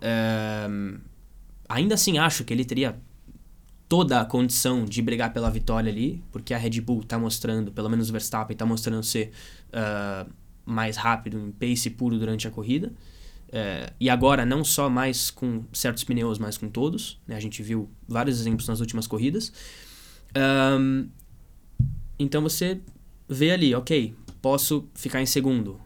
Ainda assim, acho que ele teria toda a condição de brigar pela vitória ali, porque a Red Bull está mostrando, pelo menos o Verstappen está mostrando ser mais rápido em pace puro durante a corrida. E agora não só mais com certos pneus, mas com todos, né? A gente viu vários exemplos nas últimas corridas. Então você vê ali, ok, posso ficar em segundo,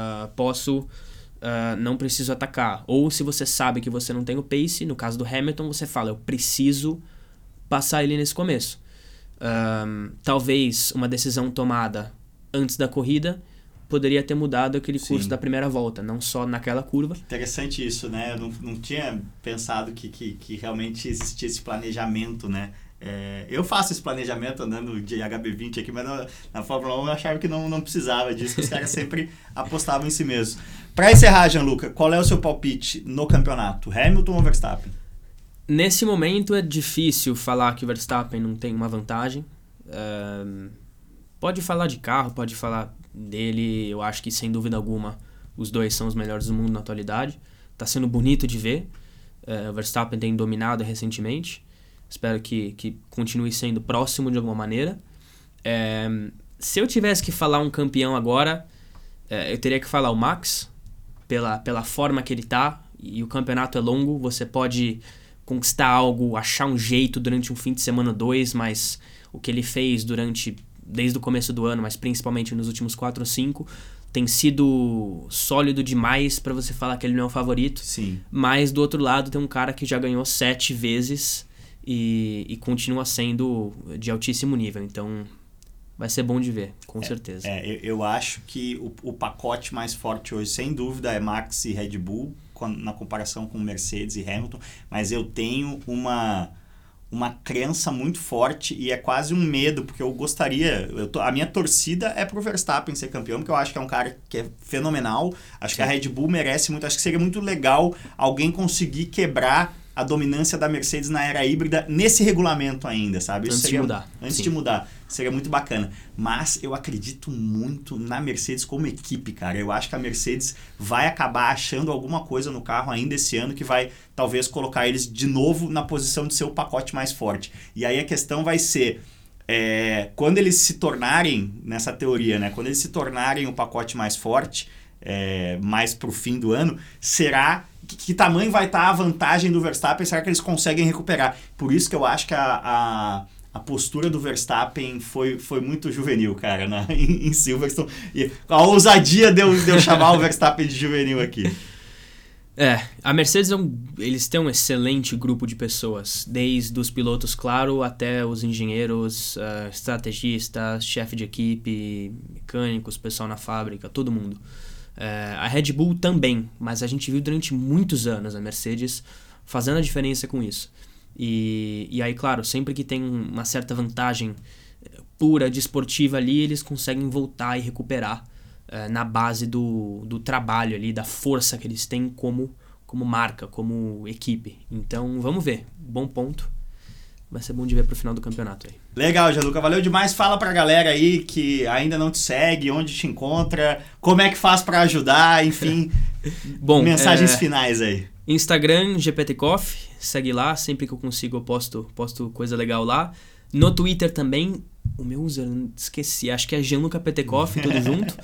não preciso atacar. Ou se você sabe que você não tem o pace, no caso do Hamilton, você fala, eu preciso passar ele nesse começo. Talvez uma decisão tomada antes da corrida poderia ter mudado aquele curso da primeira volta, não só naquela curva. Interessante isso, né? Eu não tinha pensado que realmente existia esse planejamento, né? Eu faço esse planejamento andando de HB20 aqui, mas na Fórmula 1 eu achava que não precisava disso, que os caras sempre apostavam em si mesmos. Para encerrar, Gianluca, qual é o seu palpite no campeonato? Hamilton ou Verstappen? Nesse momento é difícil falar que o Verstappen não tem uma vantagem. Pode falar de carro, pode falar dele. Eu acho que, sem dúvida alguma, os dois são os melhores do mundo na atualidade. Tá sendo bonito de ver. O Verstappen tem dominado recentemente. Espero que continue sendo próximo de alguma maneira. Se eu tivesse que falar um campeão agora, eu teria que falar o Max, pela forma que ele tá. E o campeonato é longo, você pode conquistar algo, achar um jeito durante um fim de semana ou 2, mas o que ele fez desde o começo do ano, mas principalmente nos últimos 4 ou 5, tem sido sólido demais para você falar que ele não é o favorito. Sim. Mas do outro lado tem um cara que já ganhou 7 vezes e continua sendo de altíssimo nível, então vai ser bom de ver, com certeza. Eu acho que o pacote mais forte hoje, sem dúvida, é Max e Red Bull, na comparação com Mercedes e Hamilton, mas eu tenho uma crença muito forte e é quase um medo, porque eu gostaria, a minha torcida é pro Verstappen ser campeão, porque eu acho que é um cara que é fenomenal, acho que a Red Bull merece muito, acho que seria muito legal alguém conseguir quebrar a dominância da Mercedes na era híbrida nesse regulamento ainda, sabe? Isso antes de mudar. Seria muito bacana. Mas eu acredito muito na Mercedes como equipe, cara. Eu acho que a Mercedes vai acabar achando alguma coisa no carro ainda esse ano que vai, talvez, colocar eles de novo na posição de ser o pacote mais forte. E aí a questão vai ser, quando eles se tornarem, nessa teoria, né? Quando eles se tornarem o pacote mais forte, mais pro fim do ano, será... Que tamanho vai estar a vantagem do Verstappen? Será que eles conseguem recuperar? Por isso que eu acho que a a postura do Verstappen foi muito juvenil, cara, em Silverstone. E a ousadia de eu chamar o Verstappen de juvenil aqui. A Mercedes, eles têm um excelente grupo de pessoas, desde os pilotos, claro, até os engenheiros, estrategistas, chefe de equipe, mecânicos, pessoal na fábrica, todo mundo. A Red Bull também, mas a gente viu durante muitos anos a Mercedes fazendo a diferença com isso. E aí, claro, sempre que tem uma certa vantagem pura, desportiva ali, eles conseguem voltar e recuperar na base do trabalho ali, da força que eles têm como marca, como equipe. Então, vamos ver. Bom ponto. Vai ser bom de ver pro final do campeonato aí. Legal, Gianluca. Valeu demais. Fala pra galera aí que ainda não te segue, onde te encontra, como é que faz pra ajudar, enfim. Bom, mensagens finais aí. Instagram, GPTCoff, segue lá, sempre que eu consigo eu posto coisa legal lá. No Twitter também, o meu user, esqueci, acho que é Gianluca Petekoff, tudo junto.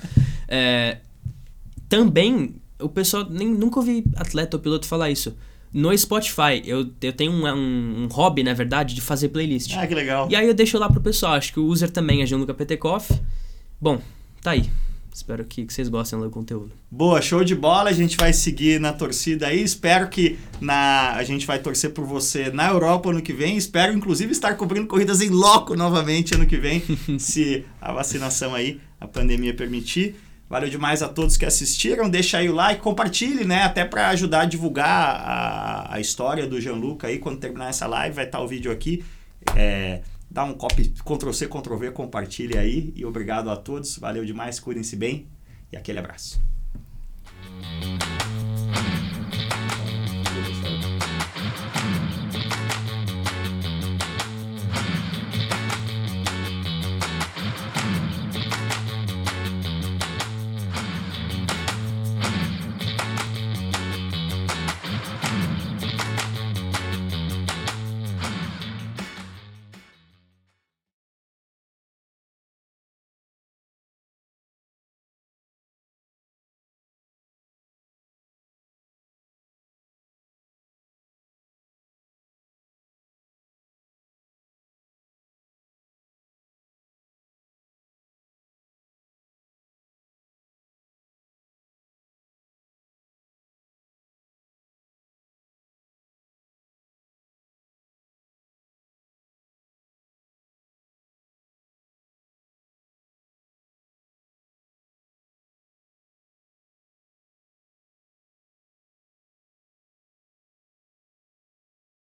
Também, o pessoal, nunca ouvi atleta ou piloto falar isso. No Spotify, eu tenho um hobby, na verdade, de fazer playlist. Ah, que legal. E aí eu deixo lá pro pessoal, acho que o user também é Gianluca Petekoff. Bom, tá aí. Espero que vocês gostem do conteúdo. Boa, show de bola. A gente vai seguir na torcida aí. Espero que a gente vai torcer por você na Europa ano que vem. Espero, inclusive, estar cobrindo corridas em loco novamente ano que vem, se a vacinação aí, a pandemia permitir. Valeu demais a todos que assistiram. Deixa aí o like, compartilhe, né? Até para ajudar a divulgar a história do Gianluca aí. Quando terminar essa live, vai estar o vídeo aqui. Dá um copy, Ctrl+C, Ctrl+V, compartilhe aí. E obrigado a todos. Valeu demais, cuidem-se bem. E aquele abraço.